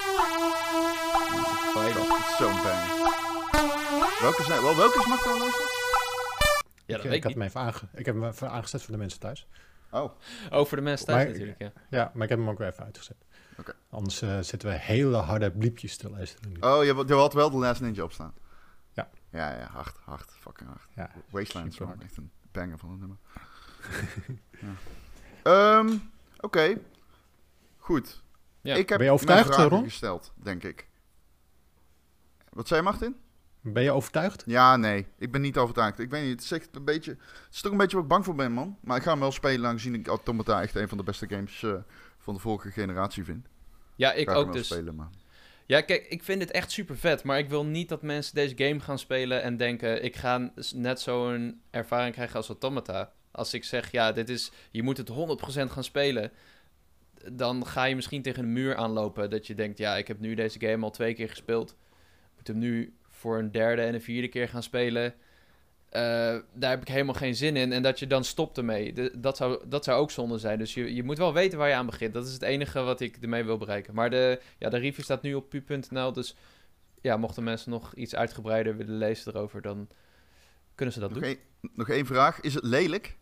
Speaker 2: Het is zo'n bang. Welke zijn... Wel, welke is mag dan luisteren?
Speaker 3: Ja, dat
Speaker 1: ik,
Speaker 3: weet
Speaker 1: ik, had hem even aange, ik heb hem even aangezet voor de mensen thuis.
Speaker 2: Oh.
Speaker 3: Oh, voor de mensen thuis
Speaker 1: maar,
Speaker 3: natuurlijk, ja.
Speaker 1: Ja, maar ik heb hem ook weer even uitgezet.
Speaker 2: Okay.
Speaker 1: Anders uh, zitten we hele harde bliepjes te luisteren nu.
Speaker 2: Oh, je, je had wel de Last Ninja opstaan.
Speaker 1: Ja.
Speaker 2: Ja, ja, hard, hard, fucking hard.
Speaker 1: Ja,
Speaker 2: Wasteland is gewoon echt een banger van het nummer. ja. um, Oké. Okay. Goed.
Speaker 3: Ja.
Speaker 2: Ik heb
Speaker 1: ben je overtuigd,
Speaker 2: mijn vragen
Speaker 1: Ron?
Speaker 2: gesteld, denk ik. Wat zei je, Martin?
Speaker 1: Ben je overtuigd?
Speaker 2: Ja, nee. Ik ben niet overtuigd. Ik weet niet, het is echt een beetje... Het is toch een beetje wat ik bang voor ben, man. Maar ik ga hem wel spelen, aangezien ik Automata echt een van de beste games uh, van de vorige generatie vind.
Speaker 3: Ja, ik
Speaker 2: ga
Speaker 3: ook
Speaker 2: wel
Speaker 3: dus.
Speaker 2: Spelen, maar...
Speaker 3: Ja, kijk, ik vind het echt super vet. Maar ik wil niet dat mensen deze game gaan spelen en denken... ik ga net zo'n ervaring krijgen als Automata. Als ik zeg, ja, dit is... je moet het honderd procent gaan spelen... dan ga je misschien tegen een muur aanlopen. Dat je denkt, ja, ik heb nu deze game al twee keer gespeeld. Ik moet hem nu voor een derde en een vierde keer gaan spelen. Uh, daar heb ik helemaal geen zin in. En dat je dan stopt ermee. De, dat, zou, dat zou ook zonde zijn. Dus je, je moet wel weten waar je aan begint. Dat is het enige wat ik ermee wil bereiken. Maar de, ja, de review staat nu op pu punt n l. Dus ja, mochten mensen nog iets uitgebreider willen lezen erover... dan kunnen ze dat
Speaker 2: nog
Speaker 3: doen.
Speaker 2: Een, nog één vraag. Is het lelijk?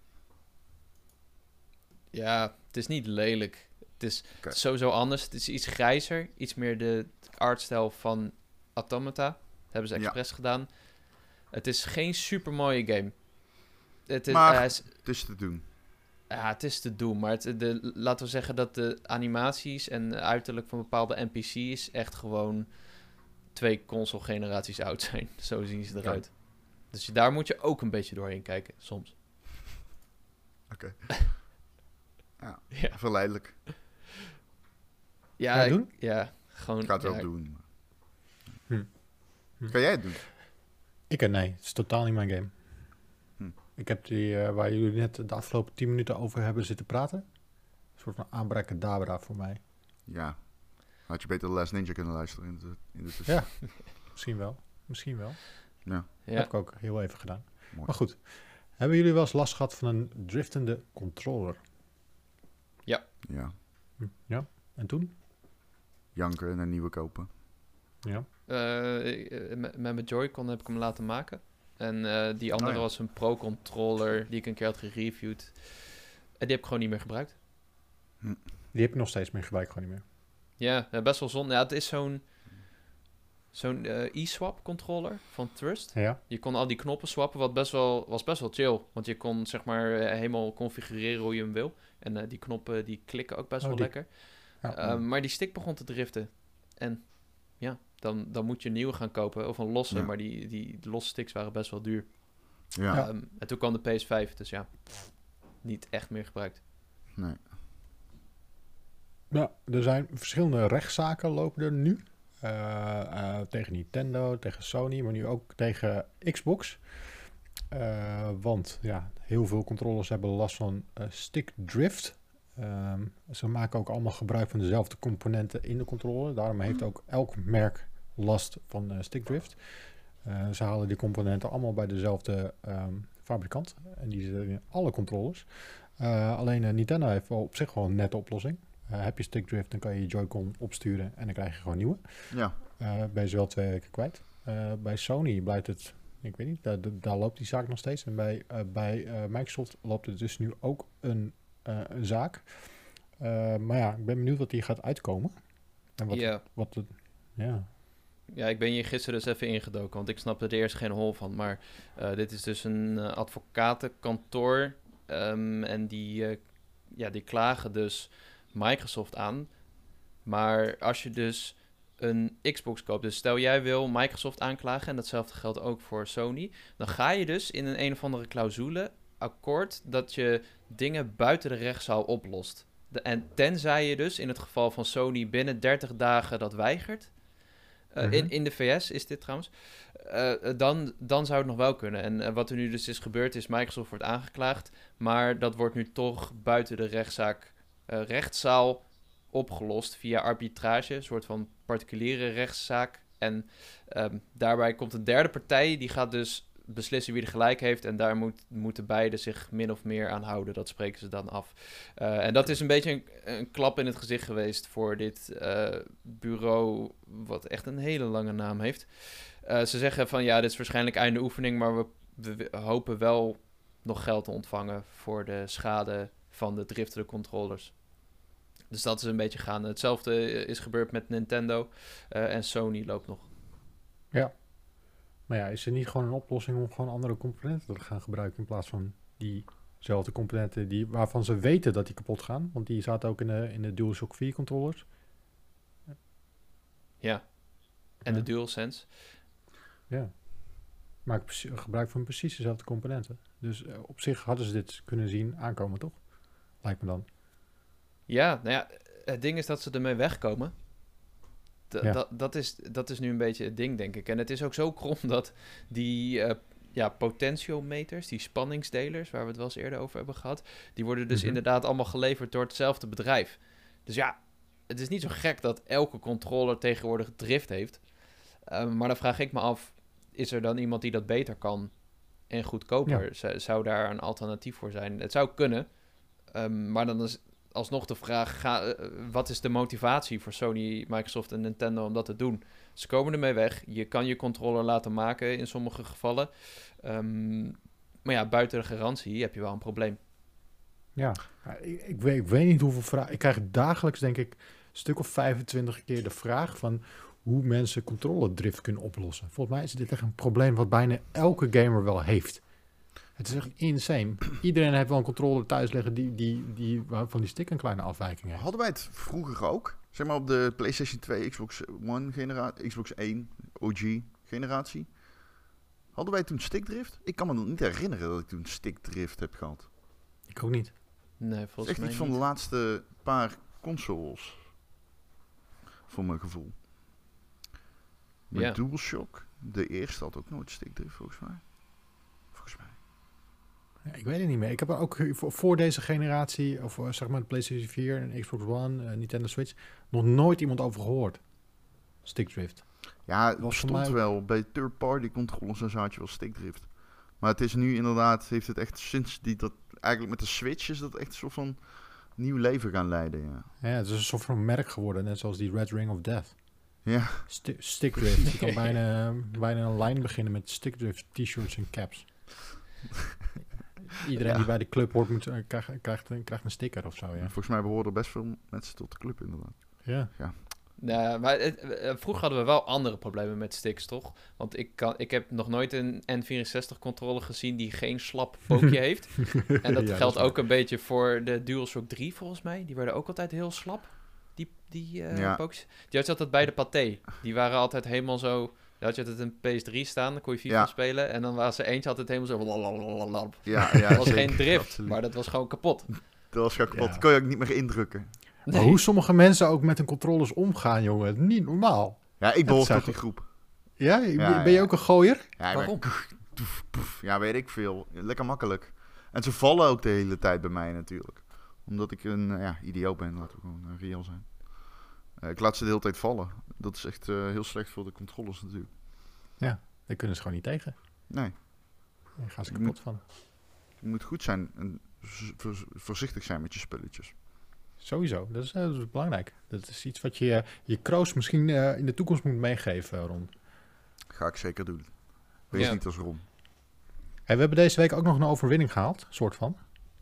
Speaker 3: Ja, het is niet lelijk. Het is
Speaker 2: okay.
Speaker 3: sowieso anders. Het is iets grijzer. Iets meer de artstijl van Automata. Dat hebben ze expres ja. gedaan. Het is geen super mooie game. Het is,
Speaker 2: maar
Speaker 3: uh, is,
Speaker 2: het is te doen.
Speaker 3: Ja, het is te doen, maar het, de, laten we zeggen dat de animaties en uiterlijk van bepaalde N P C's echt gewoon twee console-generaties oud zijn. Zo zien ze eruit. Ja. Dus daar moet je ook een beetje doorheen kijken, soms.
Speaker 2: Oké. Okay. Ja,
Speaker 3: ja,
Speaker 2: verleidelijk.
Speaker 3: Ja,
Speaker 1: Ga je
Speaker 3: ik,
Speaker 1: doen?
Speaker 3: ja, gewoon...
Speaker 2: Ik ga het
Speaker 3: ja,
Speaker 2: wel doen.
Speaker 1: Hm. Hm.
Speaker 2: Kan jij het doen?
Speaker 1: Ik, nee, het is totaal niet mijn game.
Speaker 2: Hm.
Speaker 1: Ik heb die, uh, waar jullie net de afgelopen tien minuten over hebben zitten praten. Een soort van abracadabra voor mij.
Speaker 2: Ja. Had je beter The Last Ninja kunnen luisteren in de, in de
Speaker 1: Ja, misschien wel. Misschien wel.
Speaker 2: Ja.
Speaker 3: ja.
Speaker 1: Heb ik ook heel even gedaan.
Speaker 2: Mooi.
Speaker 1: Maar goed. Hebben jullie wel eens last gehad van een driftende controller?
Speaker 2: Ja.
Speaker 1: Hm. Ja. En toen?
Speaker 2: Janken en een nieuwe kopen.
Speaker 1: Ja.
Speaker 3: Uh, met mijn Joy-Con heb ik hem laten maken. En uh, die andere
Speaker 2: oh, ja.
Speaker 3: was een Pro-controller die ik een keer had gereviewd. En die heb ik gewoon niet meer gebruikt.
Speaker 1: Hm. Die heb ik nog steeds meer gebruikt, gewoon niet meer.
Speaker 3: Ja, ja best wel zonde. Ja, het is zo'n zo'n uh, e-swap controller van Trust.
Speaker 1: Ja.
Speaker 3: Je kon al die knoppen swappen, wat best wel, was best wel chill. Want je kon zeg maar uh, helemaal configureren hoe je hem wil. En uh, die knoppen die klikken ook best
Speaker 1: oh,
Speaker 3: wel
Speaker 1: die...
Speaker 3: lekker.
Speaker 1: Ja.
Speaker 3: Uh, maar die stick begon te driften. En ja, dan, dan moet je een nieuwe gaan kopen. Of een losse, ja. maar die, die losse sticks waren best wel duur.
Speaker 2: Ja.
Speaker 3: Um, en toen kwam de P S vijf, dus ja, niet echt meer gebruikt.
Speaker 2: Nee.
Speaker 1: Ja, er zijn verschillende rechtszaken lopen er nu. Uh, uh, tegen Nintendo, tegen Sony, maar nu ook tegen Xbox. Uh, want ja, heel veel controllers hebben last van uh, stick drift. Um, ze maken ook allemaal gebruik van dezelfde componenten in de controller. Daarom heeft ook elk merk last van uh, stick drift. Uh, ze halen die componenten allemaal bij dezelfde um, fabrikant. En die zitten in alle controllers. Uh, alleen uh, Nintendo heeft wel op zich wel een nette oplossing. Uh, heb je stick drift, dan kan je je Joy-Con opsturen en dan krijg je gewoon nieuwe.
Speaker 2: Ja.
Speaker 1: Uh, ben je ze wel twee weken kwijt. Uh, bij Sony blijft het, ik weet niet, daar, daar loopt die zaak nog steeds. En bij, uh, bij uh, Microsoft loopt het dus nu ook een, uh, een zaak. Uh, maar ja, ik ben benieuwd wat die gaat uitkomen. En wat,
Speaker 3: ja.
Speaker 1: wat het, ja...
Speaker 3: Ja, ik ben hier gisteren dus even ingedoken, want ik snapte er eerst geen hol van. Maar uh, dit is dus een uh, advocatenkantoor um, en die, uh, ja, die klagen dus Microsoft aan. Maar als je dus een Xbox koopt, dus stel jij wil Microsoft aanklagen, en datzelfde geldt ook voor Sony, dan ga je dus in een een of andere clausule akkoord dat je dingen buiten de rechtszaal oplost. De, en tenzij je dus in het geval van Sony binnen dertig dagen dat weigert, Uh, mm-hmm. in, in de V S is dit trouwens, uh, dan, dan zou het nog wel kunnen. En uh, wat er nu dus is gebeurd is, Microsoft wordt aangeklaagd, maar dat wordt nu toch buiten de rechtszaak, uh, rechtszaal opgelost via arbitrage, een soort van particuliere rechtszaak. En um, daarbij komt een derde partij, die gaat dus beslissen wie er gelijk heeft en daar moet, moeten beiden zich min of meer aan houden. Dat spreken ze dan af. Uh, en dat is een beetje een, een klap in het gezicht geweest voor dit uh, bureau, wat echt een hele lange naam heeft. Uh, ze zeggen van ja, dit is waarschijnlijk einde oefening, maar we, we hopen wel nog geld te ontvangen voor de schade van de driftende controllers. Dus dat is een beetje gaande. Hetzelfde is gebeurd met Nintendo uh, en Sony loopt nog.
Speaker 1: Ja. Maar ja, is er niet gewoon een oplossing om gewoon andere componenten te gaan gebruiken in plaats van diezelfde componenten die, waarvan ze weten dat die kapot gaan? Want die zaten ook in de, in de DualShock vier controllers.
Speaker 3: Ja, en
Speaker 1: ja.
Speaker 3: de DualSense.
Speaker 1: Ja, maak gebruik van precies dezelfde componenten. Dus uh, op zich hadden ze dit kunnen zien aankomen, toch? Lijkt me dan.
Speaker 3: Ja, nou ja, het ding is dat ze ermee wegkomen. D-
Speaker 1: ja.
Speaker 3: dat, dat, is, dat is nu een beetje het ding, denk ik. En het is ook zo krom dat die uh, ja, potentiometers, die spanningsdelers, waar we het wel eens eerder over hebben gehad, die worden dus mm-hmm. inderdaad allemaal geleverd door hetzelfde bedrijf. Dus ja, het is niet zo gek dat elke controller tegenwoordig drift heeft. Uh, maar dan vraag ik me af, is er dan iemand die dat beter kan en goedkoper? Ja. Z- zou daar een alternatief voor zijn? Het zou kunnen, um, maar dan is alsnog de vraag, ga, uh, wat is de motivatie voor Sony, Microsoft en Nintendo om dat te doen? Ze komen ermee weg. Je kan je controller laten maken in sommige gevallen. Um, maar ja, buiten de garantie heb je wel een probleem.
Speaker 1: Ja, ik, ik, weet, ik weet niet hoeveel vragen. Ik krijg dagelijks, denk ik, een stuk of vijfentwintig keer de vraag van hoe mensen controller drift kunnen oplossen. Volgens mij is dit echt een probleem wat bijna elke gamer wel heeft. Het is echt insane. Iedereen heeft wel een controller thuis liggen die, die, die van die stick een kleine afwijking heeft.
Speaker 2: Hadden wij het vroeger ook? Zeg maar op de PlayStation twee, Xbox One generatie, Xbox één, O G generatie. Hadden wij toen stickdrift? Ik kan me nog niet herinneren dat ik toen stickdrift heb gehad.
Speaker 1: Ik ook niet.
Speaker 3: Nee,
Speaker 2: Het is
Speaker 3: volgens
Speaker 2: echt
Speaker 3: mij
Speaker 2: iets van
Speaker 3: niet.
Speaker 2: de laatste paar consoles. Voor mijn gevoel. Met
Speaker 3: Ja.
Speaker 2: DualShock, de eerste had ook nooit stickdrift volgens mij. Volgens mij.
Speaker 1: Ja, ik weet het niet meer. Ik heb er ook voor, voor deze generatie, of uh, zeg maar de PlayStation vier en Xbox One, uh, Nintendo Switch, nog nooit iemand over gehoord. Stickdrift.
Speaker 2: Ja, het
Speaker 1: Was voor
Speaker 2: stond
Speaker 1: mij-
Speaker 2: wel. Bij third-party controllers en zo had je wel stickdrift. Maar het is nu inderdaad, heeft het echt sinds die dat, eigenlijk met de Switch is dat echt een soort van nieuw leven gaan leiden, ja.
Speaker 1: Ja, het is een soort van merk geworden, net zoals die Red Ring of Death.
Speaker 2: Ja,
Speaker 1: Sti- stickdrift. Je kan bijna, bijna een lijn beginnen met stickdrift t-shirts en caps. Iedereen
Speaker 2: Ja.
Speaker 1: die bij de club hoort, moet, uh, krijgt, krijgt, een- krijgt een sticker of zo, ja.
Speaker 2: volgens mij behoorden best veel mensen tot de club inderdaad.
Speaker 1: Ja,
Speaker 3: Nee, maar het- eh, vroeger hadden we wel andere problemen met sticks, toch? Want ik, kan, ik heb nog nooit een N vierenzestig controller gezien die geen slap pookje heeft. En dat
Speaker 1: Ja,
Speaker 3: geldt
Speaker 1: is
Speaker 3: ook een beetje voor de DualShock drie, volgens mij. Die werden ook altijd heel slap, die, die eh
Speaker 2: Ja.
Speaker 3: pookjes. Die had je altijd bij de Pathé. Die waren altijd helemaal zo... Dan had je altijd een P S drie staan, dan kon je FIFA
Speaker 2: Ja.
Speaker 3: spelen. En dan was er eentje altijd helemaal zo... lalalala.
Speaker 2: Ja, ja,
Speaker 3: Dat was
Speaker 2: zeker,
Speaker 3: geen drift,
Speaker 2: absoluut.
Speaker 3: maar dat was gewoon kapot.
Speaker 2: Dat was gewoon kapot.
Speaker 1: Ja.
Speaker 2: Dat kon je ook niet meer indrukken.
Speaker 1: Maar
Speaker 3: Nee.
Speaker 1: hoe sommige mensen ook met hun controllers omgaan, jongen. Niet normaal.
Speaker 2: Ja, ik behoor
Speaker 1: zou
Speaker 2: tot die
Speaker 1: toch-
Speaker 2: groep.
Speaker 1: Ja,
Speaker 2: Ja,
Speaker 1: ben je
Speaker 2: ja.
Speaker 1: ook een gooier?
Speaker 2: Ja, ik ben-
Speaker 3: Waarom?
Speaker 2: Toef, poef. Ja, weet ik veel. Lekker makkelijk. En ze vallen ook de hele tijd bij mij natuurlijk. Omdat ik een eh, ja, idioot ben, laten we gewoon uh, reëel zijn. Eh, ik laat ze de hele tijd vallen. Dat is echt eh, heel slecht voor de controllers natuurlijk.
Speaker 1: Daar kunnen ze gewoon niet tegen.
Speaker 2: Nee,
Speaker 1: Daar gaan ze
Speaker 2: Je
Speaker 1: kapot van.
Speaker 2: je moet goed zijn en z- voor- voorzichtig zijn met je spulletjes.
Speaker 1: Sowieso, dat is, eh, dat is belangrijk. Dat is iets wat je je kroost misschien eh, in de toekomst moet meegeven, eh, Ron.
Speaker 2: Ga ik zeker doen. Wees
Speaker 3: Ja.
Speaker 2: niet als Ron.
Speaker 1: Hey, we hebben deze week ook nog een overwinning gehaald, soort van.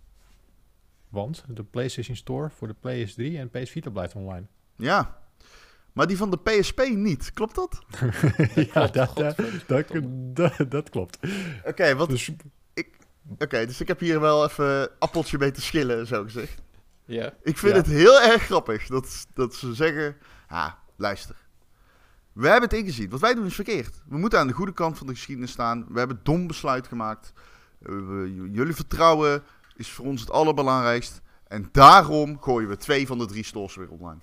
Speaker 1: Want de PlayStation Store voor de P S drie en P S Vita blijft online.
Speaker 2: Ja, maar die van de P S P niet. Klopt dat?
Speaker 1: ja, dat,
Speaker 3: God,
Speaker 1: eh, dat, dat, dat klopt.
Speaker 2: Oké, wat...
Speaker 1: Dus,
Speaker 2: Oké, dus ik heb hier wel even appeltje mee te schillen, zo gezegd.
Speaker 3: Ja.
Speaker 2: Ik vind
Speaker 1: Ja.
Speaker 2: het heel erg grappig dat, dat ze zeggen... Ah, luister. We hebben het ingezien. Wat wij doen is verkeerd. We moeten aan de goede kant van de geschiedenis staan. We hebben een dom besluit gemaakt. Uh, we- j- jullie vertrouwen is voor ons het allerbelangrijkst. En daarom gooien we twee van de drie stores weer online.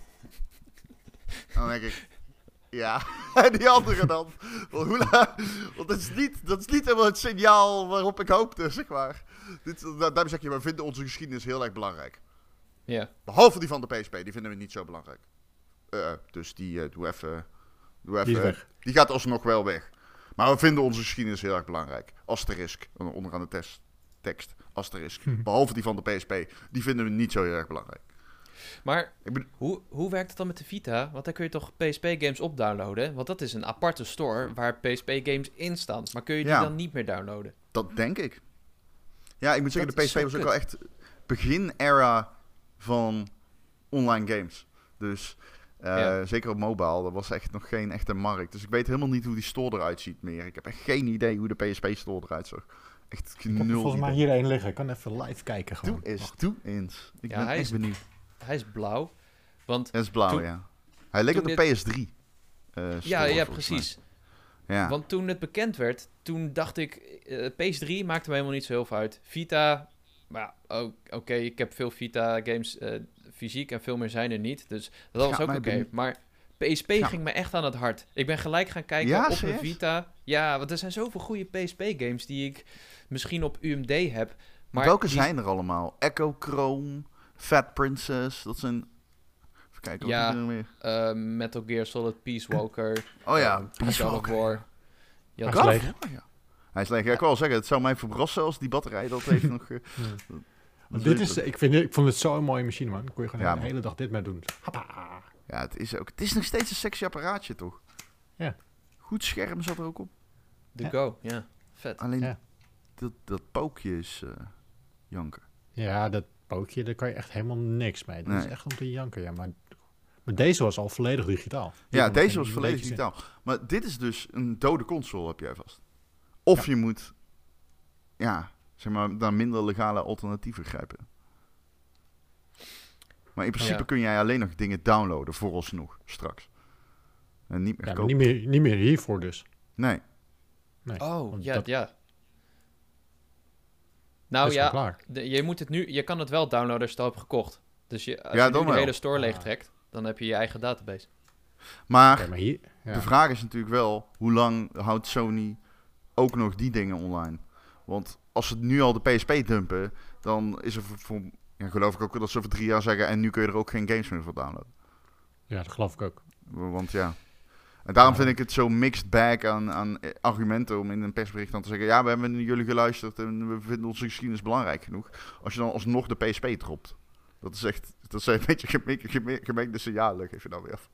Speaker 2: Dan denk ik... Ja, en die andere dan. Want, hoe la- want dat, is niet, dat is niet helemaal het signaal waarop ik hoopte, zeg maar. Dit, da- daarom zeg je, we vinden onze geschiedenis heel erg belangrijk.
Speaker 3: Ja.
Speaker 2: Behalve die van de P S P, die vinden we niet zo belangrijk. Eh, dus die eh, doe even... Doe even
Speaker 1: Die is weg.
Speaker 2: Die gaat alsnog wel weg. Maar we vinden onze geschiedenis heel erg belangrijk. Asterisk, onderaan de test, tekst. Asterisk.
Speaker 1: Hm.
Speaker 2: Behalve die van de P S P, die vinden we niet zo heel erg belangrijk.
Speaker 3: Maar
Speaker 2: Ik bedoel,
Speaker 3: hoe, hoe werkt het dan met de Vita? Want daar kun je toch P S P-games op downloaden? Want dat is een aparte store waar P S P-games in staan. Maar kun je die
Speaker 2: Ja.
Speaker 3: dan niet meer downloaden?
Speaker 2: dat denk ik. Ja, ik moet zeggen,
Speaker 3: Dat
Speaker 2: de
Speaker 3: is
Speaker 2: P S P
Speaker 3: zo
Speaker 2: was ook
Speaker 3: kut.
Speaker 2: wel echt begin-era van online games. Dus eh,
Speaker 3: Ja.
Speaker 2: zeker op mobile, dat was echt nog geen echte markt. Dus ik weet helemaal niet hoe die store eruit ziet meer. Ik heb echt geen idee hoe de P S P-store eruit zag. Echt
Speaker 1: Ik heb er
Speaker 2: nul
Speaker 1: volgens mij
Speaker 2: idee.
Speaker 1: hier één liggen. Ik kan even live kijken gewoon.
Speaker 2: Doe eens,
Speaker 1: Wacht.
Speaker 2: doe eens. Ik
Speaker 3: Ja,
Speaker 2: ben
Speaker 3: hij
Speaker 2: echt
Speaker 3: is-
Speaker 2: benieuwd.
Speaker 3: Hij is blauw. Want
Speaker 2: Het is blauw,
Speaker 3: toen-
Speaker 2: ja. Hij ligt op
Speaker 3: toen
Speaker 2: de
Speaker 3: dit-
Speaker 2: P S drie. eh,
Speaker 3: ja,
Speaker 2: store,
Speaker 3: ja,
Speaker 2: volgens
Speaker 3: precies.
Speaker 2: mij. Ja.
Speaker 3: Want toen het bekend werd, toen dacht ik... eh, P S drie maakte me helemaal niet zo heel veel uit. Vita... Maar ja, o- oké, ik heb veel Vita-games eh, fysiek en veel meer zijn er niet. Dus dat was
Speaker 2: Gaat
Speaker 3: ook
Speaker 2: mij
Speaker 3: oké.
Speaker 2: benieuwd.
Speaker 3: Maar P S P
Speaker 2: Ja.
Speaker 3: ging me echt aan het hart. Ik ben gelijk gaan kijken
Speaker 2: Ja,
Speaker 3: op mijn
Speaker 2: serieus?
Speaker 3: Vita. Ja, want er zijn zoveel goede P S P-games die ik misschien op U M D heb. Maar
Speaker 2: Welke
Speaker 3: die-
Speaker 2: zijn er allemaal? Echo Chrome, Fat Princess, dat zijn... Even kijken,
Speaker 3: Ja.
Speaker 2: wat is er meer?
Speaker 3: eh, Metal Gear Solid, Peace Walker,
Speaker 2: Oh ja,
Speaker 3: eh,
Speaker 2: Peace
Speaker 3: God of
Speaker 2: Walker.
Speaker 3: War. Je had
Speaker 1: Hij is
Speaker 2: God
Speaker 1: leeg.
Speaker 2: of War, ja. Hij is leeg. Ja, ik wil wel zeggen, het zou mij verbrassen als die batterij dat heeft nog... eh,
Speaker 1: Hmm.
Speaker 2: dat
Speaker 1: Dit
Speaker 2: weet
Speaker 1: is,
Speaker 2: ik.
Speaker 1: ik, vind, ik vond het zo'n mooie machine, man. Dan kon je gewoon
Speaker 2: Ja,
Speaker 1: de
Speaker 2: man.
Speaker 1: hele dag dit mee doen. Hoppa.
Speaker 2: Ja, het is ook... Het is nog steeds een sexy apparaatje, toch?
Speaker 1: Ja.
Speaker 2: Goed scherm zat er ook op.
Speaker 3: De
Speaker 1: Ja.
Speaker 3: Go, ja. Vet.
Speaker 2: Alleen
Speaker 1: Ja.
Speaker 2: dat, dat pookje is eh janken.
Speaker 1: Ja, dat pootje, daar kan je echt helemaal niks mee. Dat
Speaker 2: Nee.
Speaker 1: is echt om te janken, ja. Maar, maar deze was al volledig digitaal. Die
Speaker 2: Ja,
Speaker 1: kon
Speaker 2: deze
Speaker 1: geen
Speaker 2: was volledig
Speaker 1: leedjes in.
Speaker 2: digitaal. Maar dit is dus een dode console, heb jij vast. Of
Speaker 1: Ja.
Speaker 2: je moet... Ja, zeg maar, naar minder legale alternatieven grijpen. Maar in principe
Speaker 3: Ja.
Speaker 2: kun jij alleen nog dingen downloaden, vooralsnog, straks. En niet meer
Speaker 1: Ja, maar
Speaker 2: kopen.
Speaker 1: niet meer, niet meer hiervoor dus.
Speaker 2: Nee.
Speaker 1: Nee,
Speaker 3: Oh,
Speaker 1: want
Speaker 3: ja,
Speaker 1: dat-
Speaker 3: ja.
Speaker 1: dat
Speaker 3: Nou
Speaker 1: is
Speaker 3: ja,
Speaker 1: gewoon klaar.
Speaker 3: de- je moet het nu, je kan het wel downloaden als je het al hebt gekocht. Dus je, als
Speaker 2: Ja,
Speaker 3: je nu
Speaker 2: dan
Speaker 3: de
Speaker 2: wel.
Speaker 3: hele store
Speaker 1: Ah.
Speaker 3: leegtrekt, dan heb je je eigen database.
Speaker 2: Maar
Speaker 1: Oké, maar hier... Ja.
Speaker 2: de vraag is natuurlijk wel, hoe lang houdt Sony ook nog die dingen online? Want als ze nu al de P S P dumpen, dan is er voor, voor ja, geloof ik ook dat ze over drie jaar zeggen, en nu kun je er ook geen games meer voor downloaden.
Speaker 1: ja, dat geloof ik ook.
Speaker 2: Want ja. En daarom
Speaker 1: Ja.
Speaker 2: vind ik het zo mixed bag aan, aan argumenten om in een persbericht dan te zeggen, ja, we hebben naar jullie geluisterd en we vinden onze geschiedenis belangrijk genoeg. Als je dan alsnog de P S P dropt. Dat is echt, dat zijn een beetje gemengde, gemengde, gemengde signalen, geef je dan weer af.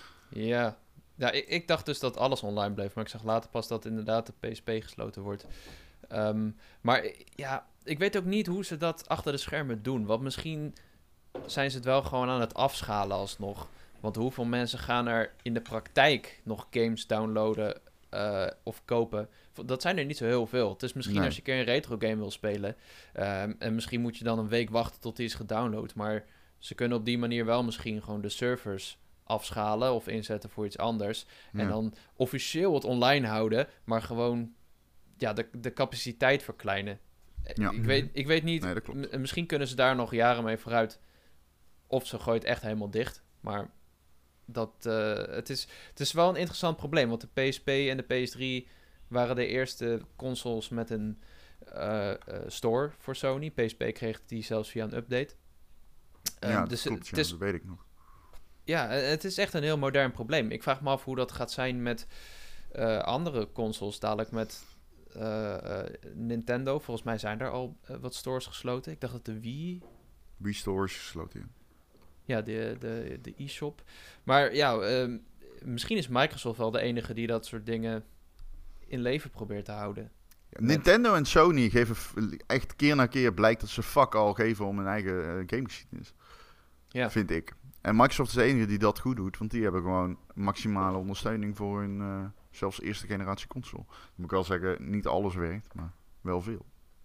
Speaker 3: Ja, ja ik, ik dacht dus dat alles online bleef, maar ik zag later pas dat inderdaad de P S P gesloten wordt. Ehm, maar eh, ja, ik weet ook niet hoe ze dat achter de schermen doen. Want misschien zijn ze het wel gewoon aan het afschalen alsnog. Want hoeveel mensen gaan er in de praktijk nog games downloaden eh, of kopen? Dat zijn er niet zo heel veel. Het is misschien
Speaker 2: Nee.
Speaker 3: als je een keer een retro game wil spelen. ehm, en misschien moet je dan een week wachten tot die is gedownload. Maar ze kunnen op die manier wel misschien gewoon de servers afschalen of inzetten voor iets anders. En
Speaker 2: Ja.
Speaker 3: dan officieel het online houden, maar gewoon ja, de, de capaciteit verkleinen. Eh,
Speaker 2: Ja.
Speaker 3: Ik, weet, ik weet niet,
Speaker 2: Nee, dat klopt.
Speaker 3: m- misschien kunnen ze daar nog jaren mee vooruit. Of ze gooit echt helemaal dicht. Maar dat, eh, het, is, het is wel een interessant probleem. Want de P S P en de P S drie waren de eerste consoles met een eh, eh, store voor Sony. P S P kreeg die zelfs via een update.
Speaker 2: Ja,
Speaker 3: Ehm,
Speaker 2: dat
Speaker 3: dus
Speaker 2: klopt,
Speaker 3: het,
Speaker 2: ja,
Speaker 3: is,
Speaker 2: dat weet ik nog.
Speaker 3: ja, eh, het is echt een heel modern probleem. Ik vraag me af hoe dat gaat zijn met eh, andere consoles. Dadelijk met eh, eh, Nintendo. Volgens mij zijn er al eh, wat stores gesloten. Ik dacht dat de Wii...
Speaker 2: Wii Store is gesloten, ja.
Speaker 3: Ja, de, de, de e-shop. Maar ja, ehm, misschien is Microsoft wel de enige die dat soort dingen in leven probeert te houden.
Speaker 2: Ja, Nintendo en Sony geven f- echt keer na keer blijkt dat ze fuck al geven om hun eigen eh, gamegeschiedenis.
Speaker 3: Ja.
Speaker 2: Vind ik. En Microsoft is de enige die dat goed doet, want die hebben gewoon maximale ondersteuning voor hun eh, zelfs eerste generatie console. Dan moet ik wel zeggen, niet alles werkt, maar wel veel.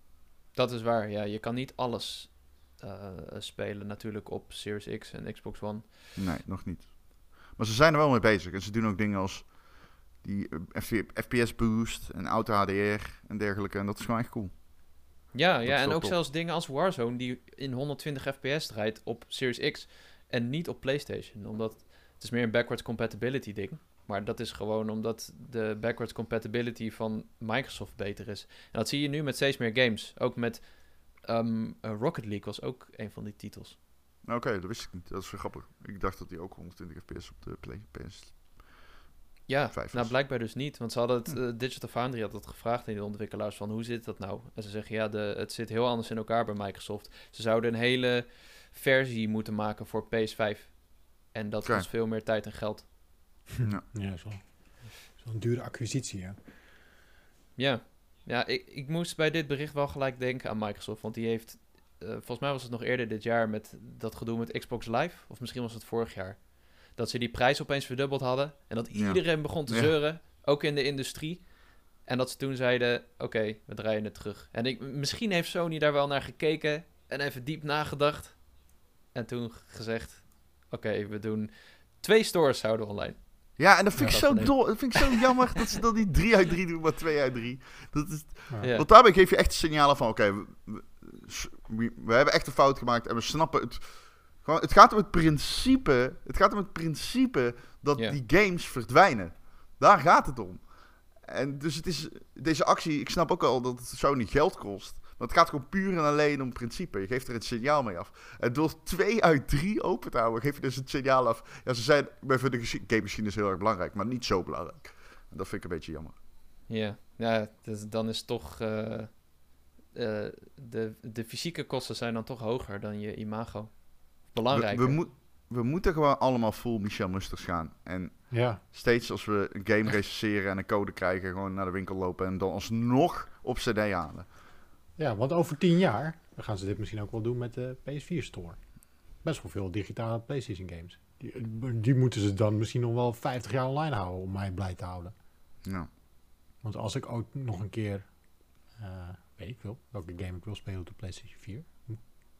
Speaker 3: Dat is waar, ja. Je kan niet alles eh, spelen natuurlijk op Series X en Xbox One.
Speaker 2: Nee, nog niet. Maar ze zijn er wel mee bezig. En ze doen ook dingen als die eh, F P S boost en auto H D R en dergelijke. En dat is gewoon echt cool.
Speaker 3: Ja,
Speaker 2: is
Speaker 3: ja en
Speaker 2: wel
Speaker 3: ook
Speaker 2: top.
Speaker 3: zelfs dingen als Warzone die in honderdtwintig F P S draait op Series X en niet op PlayStation. Omdat het is meer een backwards compatibility ding. Maar dat is gewoon omdat de backwards compatibility van Microsoft beter is. En dat zie je nu met steeds meer games. Ook met ehm, eh, Rocket League was ook een van die titels.
Speaker 2: Oké, dat wist ik niet. Dat is wel grappig. Ik dacht dat die ook honderdtwintig F P S op de Play P S.
Speaker 3: Ja,
Speaker 2: Vijf
Speaker 3: nou
Speaker 2: was.
Speaker 3: blijkbaar dus niet. Want ze hadden het, eh, Digital Foundry had het gevraagd in de ontwikkelaars van hoe zit dat nou? En ze zeggen ja, de, het zit heel anders in elkaar bij Microsoft. Ze zouden een hele versie moeten maken voor P S vijf. En dat
Speaker 2: Oké.
Speaker 3: kost veel meer tijd en geld.
Speaker 2: Ja.
Speaker 1: Ja, dat is wel, dat is wel een dure acquisitie, ja.
Speaker 3: Ja, ja ik, ik moest bij dit bericht wel gelijk denken aan Microsoft. Want die heeft, eh, volgens mij was het nog eerder dit jaar met dat gedoe met Xbox Live. Of misschien was het vorig jaar. Dat ze die prijs opeens verdubbeld hadden. En dat
Speaker 2: Ja.
Speaker 3: iedereen begon te
Speaker 2: Ja.
Speaker 3: zeuren. Ook in de industrie. En dat ze toen zeiden, oké, we draaien het terug. En ik, misschien heeft Sony daar wel naar gekeken. En even diep nagedacht. En toen gezegd, oké, we doen twee stores zouden online.
Speaker 2: Ja, en dat vind
Speaker 3: Ja,
Speaker 2: ik
Speaker 3: dat
Speaker 2: zo
Speaker 3: vind ik.
Speaker 2: dol. Dat vind ik zo jammer dat ze dan niet drie uit drie doen, maar twee uit drie. Dat is,
Speaker 1: Ja.
Speaker 3: Ja.
Speaker 2: Want daarbij geef je echt signalen van, oké, we, we, we- we hebben echt een fout gemaakt en we snappen het. Gewoon, het gaat om het principe, het gaat om het principe dat
Speaker 3: Ja.
Speaker 2: die games verdwijnen. Daar gaat het om. En dus het is, deze actie, ik snap ook al dat het Sony geld kost. Maar het gaat gewoon puur en alleen om principe. Je geeft er het signaal mee af. En door twee uit drie open te houden, geef je dus het signaal af. Ja, ze zijn, wij vinden de game machines heel erg belangrijk, maar niet zo belangrijk. En dat vind ik een beetje jammer.
Speaker 3: Ja, ja dus dan is toch... eh, eh, de, de fysieke kosten zijn dan toch hoger dan je imago.
Speaker 2: We,
Speaker 3: Belangrijker.
Speaker 2: we, moet, we moeten gewoon allemaal full Michel Musters gaan. En
Speaker 1: Ja,
Speaker 2: steeds als we een game recenseren en een code krijgen, gewoon naar de winkel lopen en dan alsnog op C D halen.
Speaker 1: ja, want over tien jaar dan gaan ze dit misschien ook wel doen met de P S vier Store. Best wel veel digitale PlayStation games. Die, die moeten ze dan misschien nog wel vijftig jaar online houden om mij blij te houden.
Speaker 2: Ja.
Speaker 1: Want als ik ook nog een keer Uh, weet ik veel. Welke game ik wil spelen op de PlayStation vier. Hm.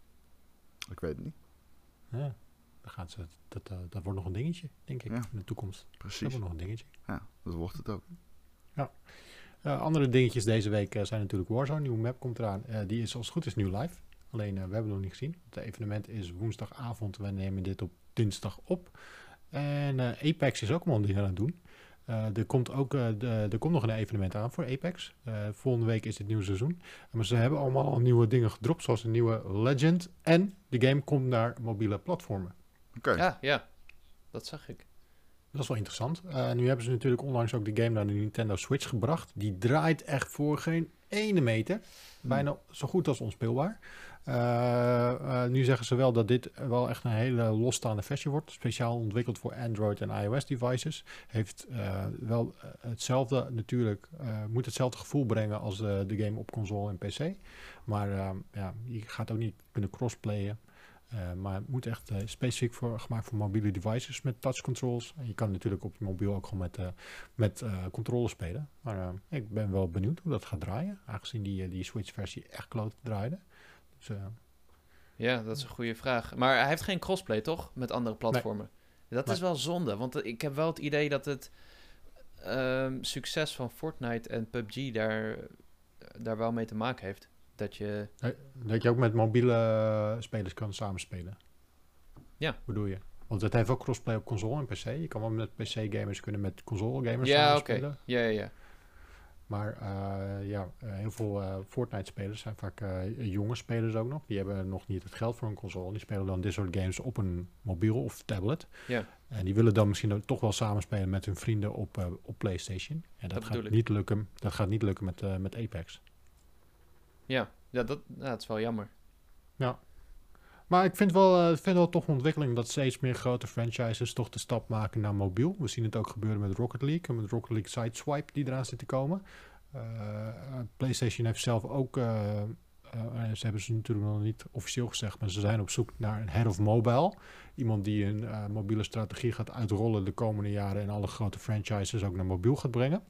Speaker 2: Ik weet het niet.
Speaker 1: Ja, dan gaat ze, dat, uh, dat wordt nog een dingetje, denk ik,
Speaker 2: ja.
Speaker 1: in de toekomst.
Speaker 2: Precies.
Speaker 1: Dat wordt nog een dingetje.
Speaker 2: Ja, dat wordt het ook.
Speaker 1: Ja. Uh, andere dingetjes deze week uh, zijn natuurlijk Warzone. Een nieuwe map komt eraan. Uh, die is als het goed is nu live. Alleen, uh, we hebben het nog niet gezien. Het evenement is woensdagavond. We nemen dit op dinsdag op. En uh, Apex is ook al die aan het doen. Uh, er, komt ook, uh, de, er komt nog een evenement aan voor Apex. Uh, volgende week is het nieuwe seizoen. Maar ze hebben allemaal al nieuwe dingen gedropt, zoals een nieuwe Legend. En de game komt naar mobiele platformen.
Speaker 2: Oké.
Speaker 3: Ja, ja. Dat zag ik.
Speaker 1: Dat is wel interessant. Uh, nu hebben ze natuurlijk onlangs ook de game naar de Nintendo Switch gebracht. Die draait echt voor geen ene meter. Bijna zo goed als onspeelbaar. Uh, uh, nu zeggen ze wel dat dit wel echt een hele losstaande versie wordt. Speciaal ontwikkeld voor Android en iOS devices. Heeft uh, wel uh, hetzelfde natuurlijk, uh, moet hetzelfde gevoel brengen als uh, de game op console en P C. Maar uh, ja, je gaat ook niet kunnen crossplayen. Uh, maar het moet echt uh, specifiek voor, gemaakt voor mobiele devices met touch controls. En je kan natuurlijk op je mobiel ook gewoon met, uh, met uh, controllers spelen. Maar uh, ik ben wel benieuwd hoe dat gaat draaien. Aangezien die, uh, die Switch versie echt kloot draaide. Dus, uh,
Speaker 3: ja, dat is een goede vraag. Maar hij heeft geen crossplay, toch? Met andere platformen. Nee. Dat nee. is wel zonde. Want ik heb wel het idee dat het um, succes van Fortnite en P U B G daar, daar wel mee te maken heeft. Dat je...
Speaker 1: dat je ook met mobiele spelers kan samenspelen.
Speaker 3: Ja.
Speaker 1: Bedoel je? Want het heeft ook crossplay op console en P C. Je kan wel met P C-gamers kunnen met console-gamers
Speaker 3: ja,
Speaker 1: samenspelen.
Speaker 3: Okay. Ja, ja, ja.
Speaker 1: Maar uh, ja, uh, heel veel uh, Fortnite-spelers zijn vaak uh, jonge spelers ook nog. Die hebben nog niet het geld voor een console. Die spelen dan dit soort games op een mobiel of tablet.
Speaker 3: Ja.
Speaker 1: En die willen dan misschien toch wel samenspelen met hun vrienden op, uh, op PlayStation. En dat, dat gaat niet lukken. Dat gaat niet lukken met, uh, met Apex.
Speaker 3: Ja, ja, dat, ja, dat is wel jammer.
Speaker 1: Ja. Maar ik vind wel, uh, vind wel toch een ontwikkeling dat steeds meer grote franchises toch de stap maken naar mobiel. We zien het ook gebeuren met Rocket League en met Rocket League Sideswipe die eraan zit te komen. Uh, PlayStation heeft zelf ook, uh, uh, ze hebben ze natuurlijk nog niet officieel gezegd, maar ze zijn op zoek naar een head of mobile. Iemand die een uh, mobiele strategie gaat uitrollen de komende jaren en alle grote franchises ook naar mobiel gaat brengen.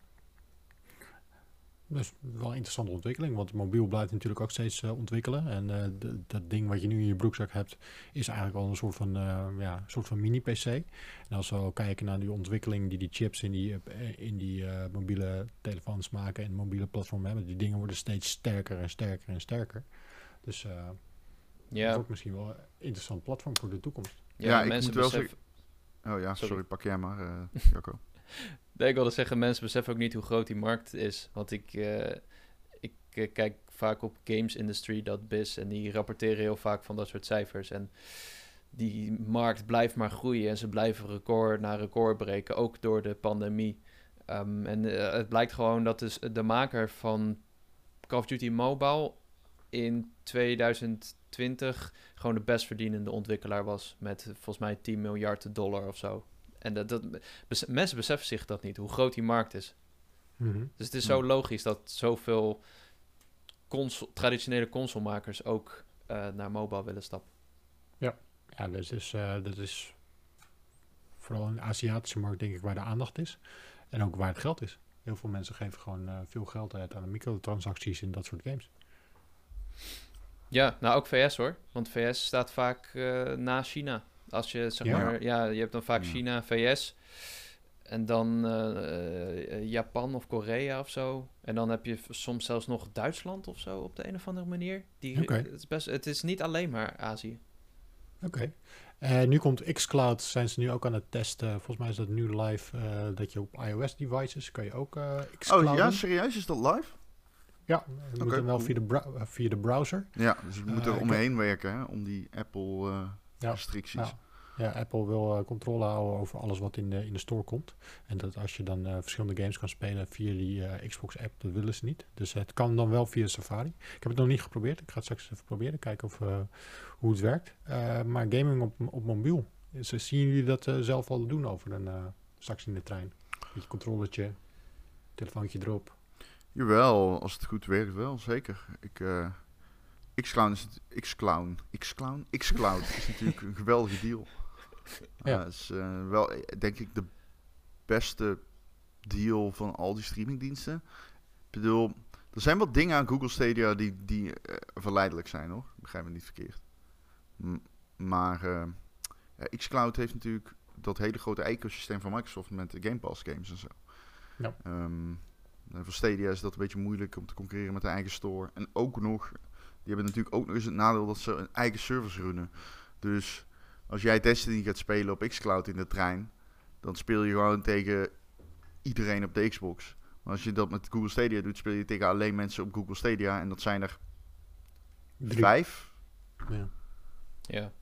Speaker 1: Dus wel een interessante ontwikkeling, want mobiel blijft natuurlijk ook steeds uh, ontwikkelen. En uh, de, dat ding wat je nu in je broekzak hebt, is eigenlijk al een soort van, uh, ja, een soort van mini-P C. En als we kijken naar die ontwikkeling die die chips in die, uh, in die uh, mobiele telefoons maken en mobiele platformen hebben, die dingen worden steeds sterker en sterker en sterker. Dus uh, ja. Dat wordt misschien wel een interessant platform voor de toekomst.
Speaker 2: Ja, ja ik mensen moet wel zeggen... Oh ja, sorry, sorry pak jij maar, uh, Jacco.
Speaker 3: Nee, ik wilde zeggen, mensen beseffen ook niet hoe groot die markt is. Want ik, uh, ik uh, kijk vaak op gamesindustry dot biz en die rapporteren heel vaak van dat soort cijfers. En die markt blijft maar groeien en ze blijven record na record breken, ook door de pandemie. Um, en uh, het blijkt gewoon dat dus de maker van Call of Duty Mobile in twintig twintig gewoon de best verdienende ontwikkelaar was met volgens mij tien miljard dollar of zo. En dat, dat, bes- mensen beseffen zich dat niet, hoe groot die markt is.
Speaker 1: Mm-hmm.
Speaker 3: Dus het is zo logisch dat zoveel console, traditionele consolemakers ook uh, naar mobile willen stappen.
Speaker 1: Ja, ja dat, is, uh, dat is vooral in de Aziatische markt denk ik waar de aandacht is. En ook waar het geld is. Heel veel mensen geven gewoon uh, veel geld uit aan de microtransacties in dat soort games.
Speaker 3: Ja, nou ook V S hoor. Want V S staat vaak uh, na China. Als je zeg
Speaker 1: ja.
Speaker 3: maar, ja, je hebt dan vaak
Speaker 2: Ja.
Speaker 3: China, V S en dan uh, uh, Japan of Korea of zo. En dan heb je v- soms zelfs nog Duitsland of zo op de een of andere manier. Die,
Speaker 1: Oké.
Speaker 3: het, is best, het is niet alleen maar Azië.
Speaker 1: Oké. Okay. Uh, nu komt xCloud, zijn ze nu ook aan het testen. Volgens mij is dat nu live, uh, dat je op iOS-devices kan je ook uh, xCloud
Speaker 2: Oh ja,
Speaker 1: doen.
Speaker 2: serieus? Is dat live?
Speaker 1: Ja, je okay, moet hem wel
Speaker 2: cool.
Speaker 1: via de, brou- uh, via de browser.
Speaker 2: Ja, dus we moeten
Speaker 1: Uh,
Speaker 2: er
Speaker 1: ik
Speaker 2: omheen werken, hè, om die Apple uh,
Speaker 1: Ja.
Speaker 2: restricties.
Speaker 1: Ja. Ja, Apple wil uh, controle houden over alles wat in de, in de store komt. En dat als je dan uh, verschillende games kan spelen via die uh, Xbox-app, dat willen ze niet. Dus het kan dan wel via Safari. Ik heb het nog niet geprobeerd. Ik ga het straks even proberen, kijken of, uh, hoe het werkt. Uh, maar gaming op, op mobiel. Dus, zien jullie dat uh, zelf al doen over een, uh, straks in de trein? Met je controllertje, telefoontje erop.
Speaker 2: Jawel, als het goed werkt wel, zeker. Ik... Uh... xCloud is het, xCloud, xCloud, xCloud is natuurlijk een geweldige deal.
Speaker 1: Ja.
Speaker 2: Uh, is uh, wel, denk ik, de beste deal van al die streamingdiensten. Ik bedoel, Er zijn wat dingen aan Google Stadia die, die uh, verleidelijk zijn, hoor. Begrijp me niet verkeerd. M- maar uh, ja, xCloud heeft natuurlijk dat hele grote ecosysteem van Microsoft met de Game Pass games en zo.
Speaker 1: Ja.
Speaker 2: Um, voor Stadia is dat een beetje moeilijk om te concurreren met de eigen store. En ook nog, die hebben natuurlijk ook nog eens het nadeel dat ze een eigen service runnen. Dus als jij Destiny gaat spelen op xCloud in de trein, dan speel je gewoon tegen iedereen op de Xbox. Maar als je dat met Google Stadia doet, speel je tegen alleen mensen op Google Stadia. En dat zijn er Drie. vijf.
Speaker 1: Ja.
Speaker 3: Ja.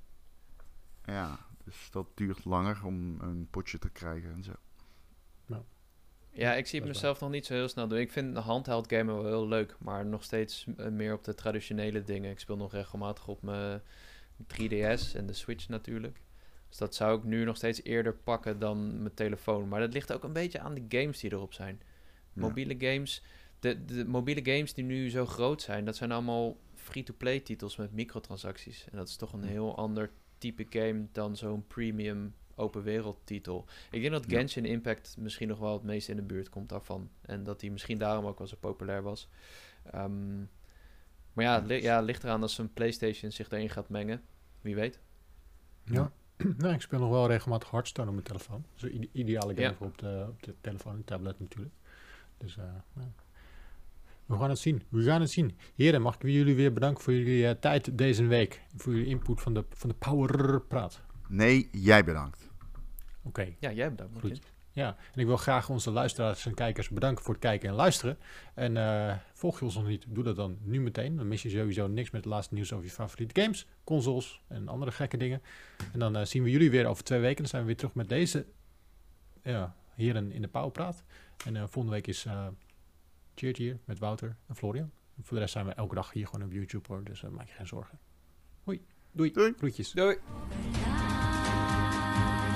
Speaker 2: Ja, dus dat duurt langer om een potje te krijgen en zo.
Speaker 1: Nou.
Speaker 3: Ja, ik zie het mezelf nog niet zo heel snel doen. Ik vind de handheld gamen wel heel leuk, maar nog steeds uh, meer op de traditionele dingen. Ik speel nog regelmatig op mijn drie D S en de Switch natuurlijk. Dus dat zou ik nu nog steeds eerder pakken dan mijn telefoon. Maar dat ligt ook een beetje aan de games die erop zijn. Ja. Mobiele games, de, de mobiele games die nu zo groot zijn, dat zijn allemaal free-to-play titels met microtransacties. En dat is toch een heel ander type game dan zo'n premium open wereld titel. Ik denk dat Genshin ja. Impact misschien nog wel het meest in de buurt komt daarvan. En dat die misschien daarom ook wel zo populair was. Um, maar ja, li- ja, ligt eraan als een PlayStation zich erin gaat mengen. Wie weet.
Speaker 1: Ja. Nou, ik speel nog wel regelmatig Hearthstone op mijn telefoon. Dat is een ide- ideale game
Speaker 3: Ja.
Speaker 1: voor op de, op de telefoon en tablet natuurlijk. Dus uh, ja. We gaan het zien. We gaan het zien. Heren, mag ik jullie weer bedanken voor jullie uh, tijd deze week. Voor jullie input van de, van de Power Praat.
Speaker 2: Nee, jij bedankt.
Speaker 1: Oké. Okay.
Speaker 3: Ja, jij bedankt.
Speaker 1: Goed. Ja, en ik wil graag onze luisteraars en kijkers bedanken voor het kijken en luisteren. En uh, volg je ons nog niet, doe dat dan nu meteen. Dan mis je sowieso niks met het laatste nieuws over je favoriete games, consoles en andere gekke dingen. En dan uh, zien we jullie weer over twee weken. Dan zijn we weer terug met deze ja, heren in de Powerpraat. En uh, volgende week is uh, Cheert hier met Wouter en Florian. En voor de rest zijn we elke dag hier gewoon op YouTube hoor, dus uh, maak je geen zorgen. Hoi, doei,
Speaker 2: doei.
Speaker 1: groetjes.
Speaker 3: Doei.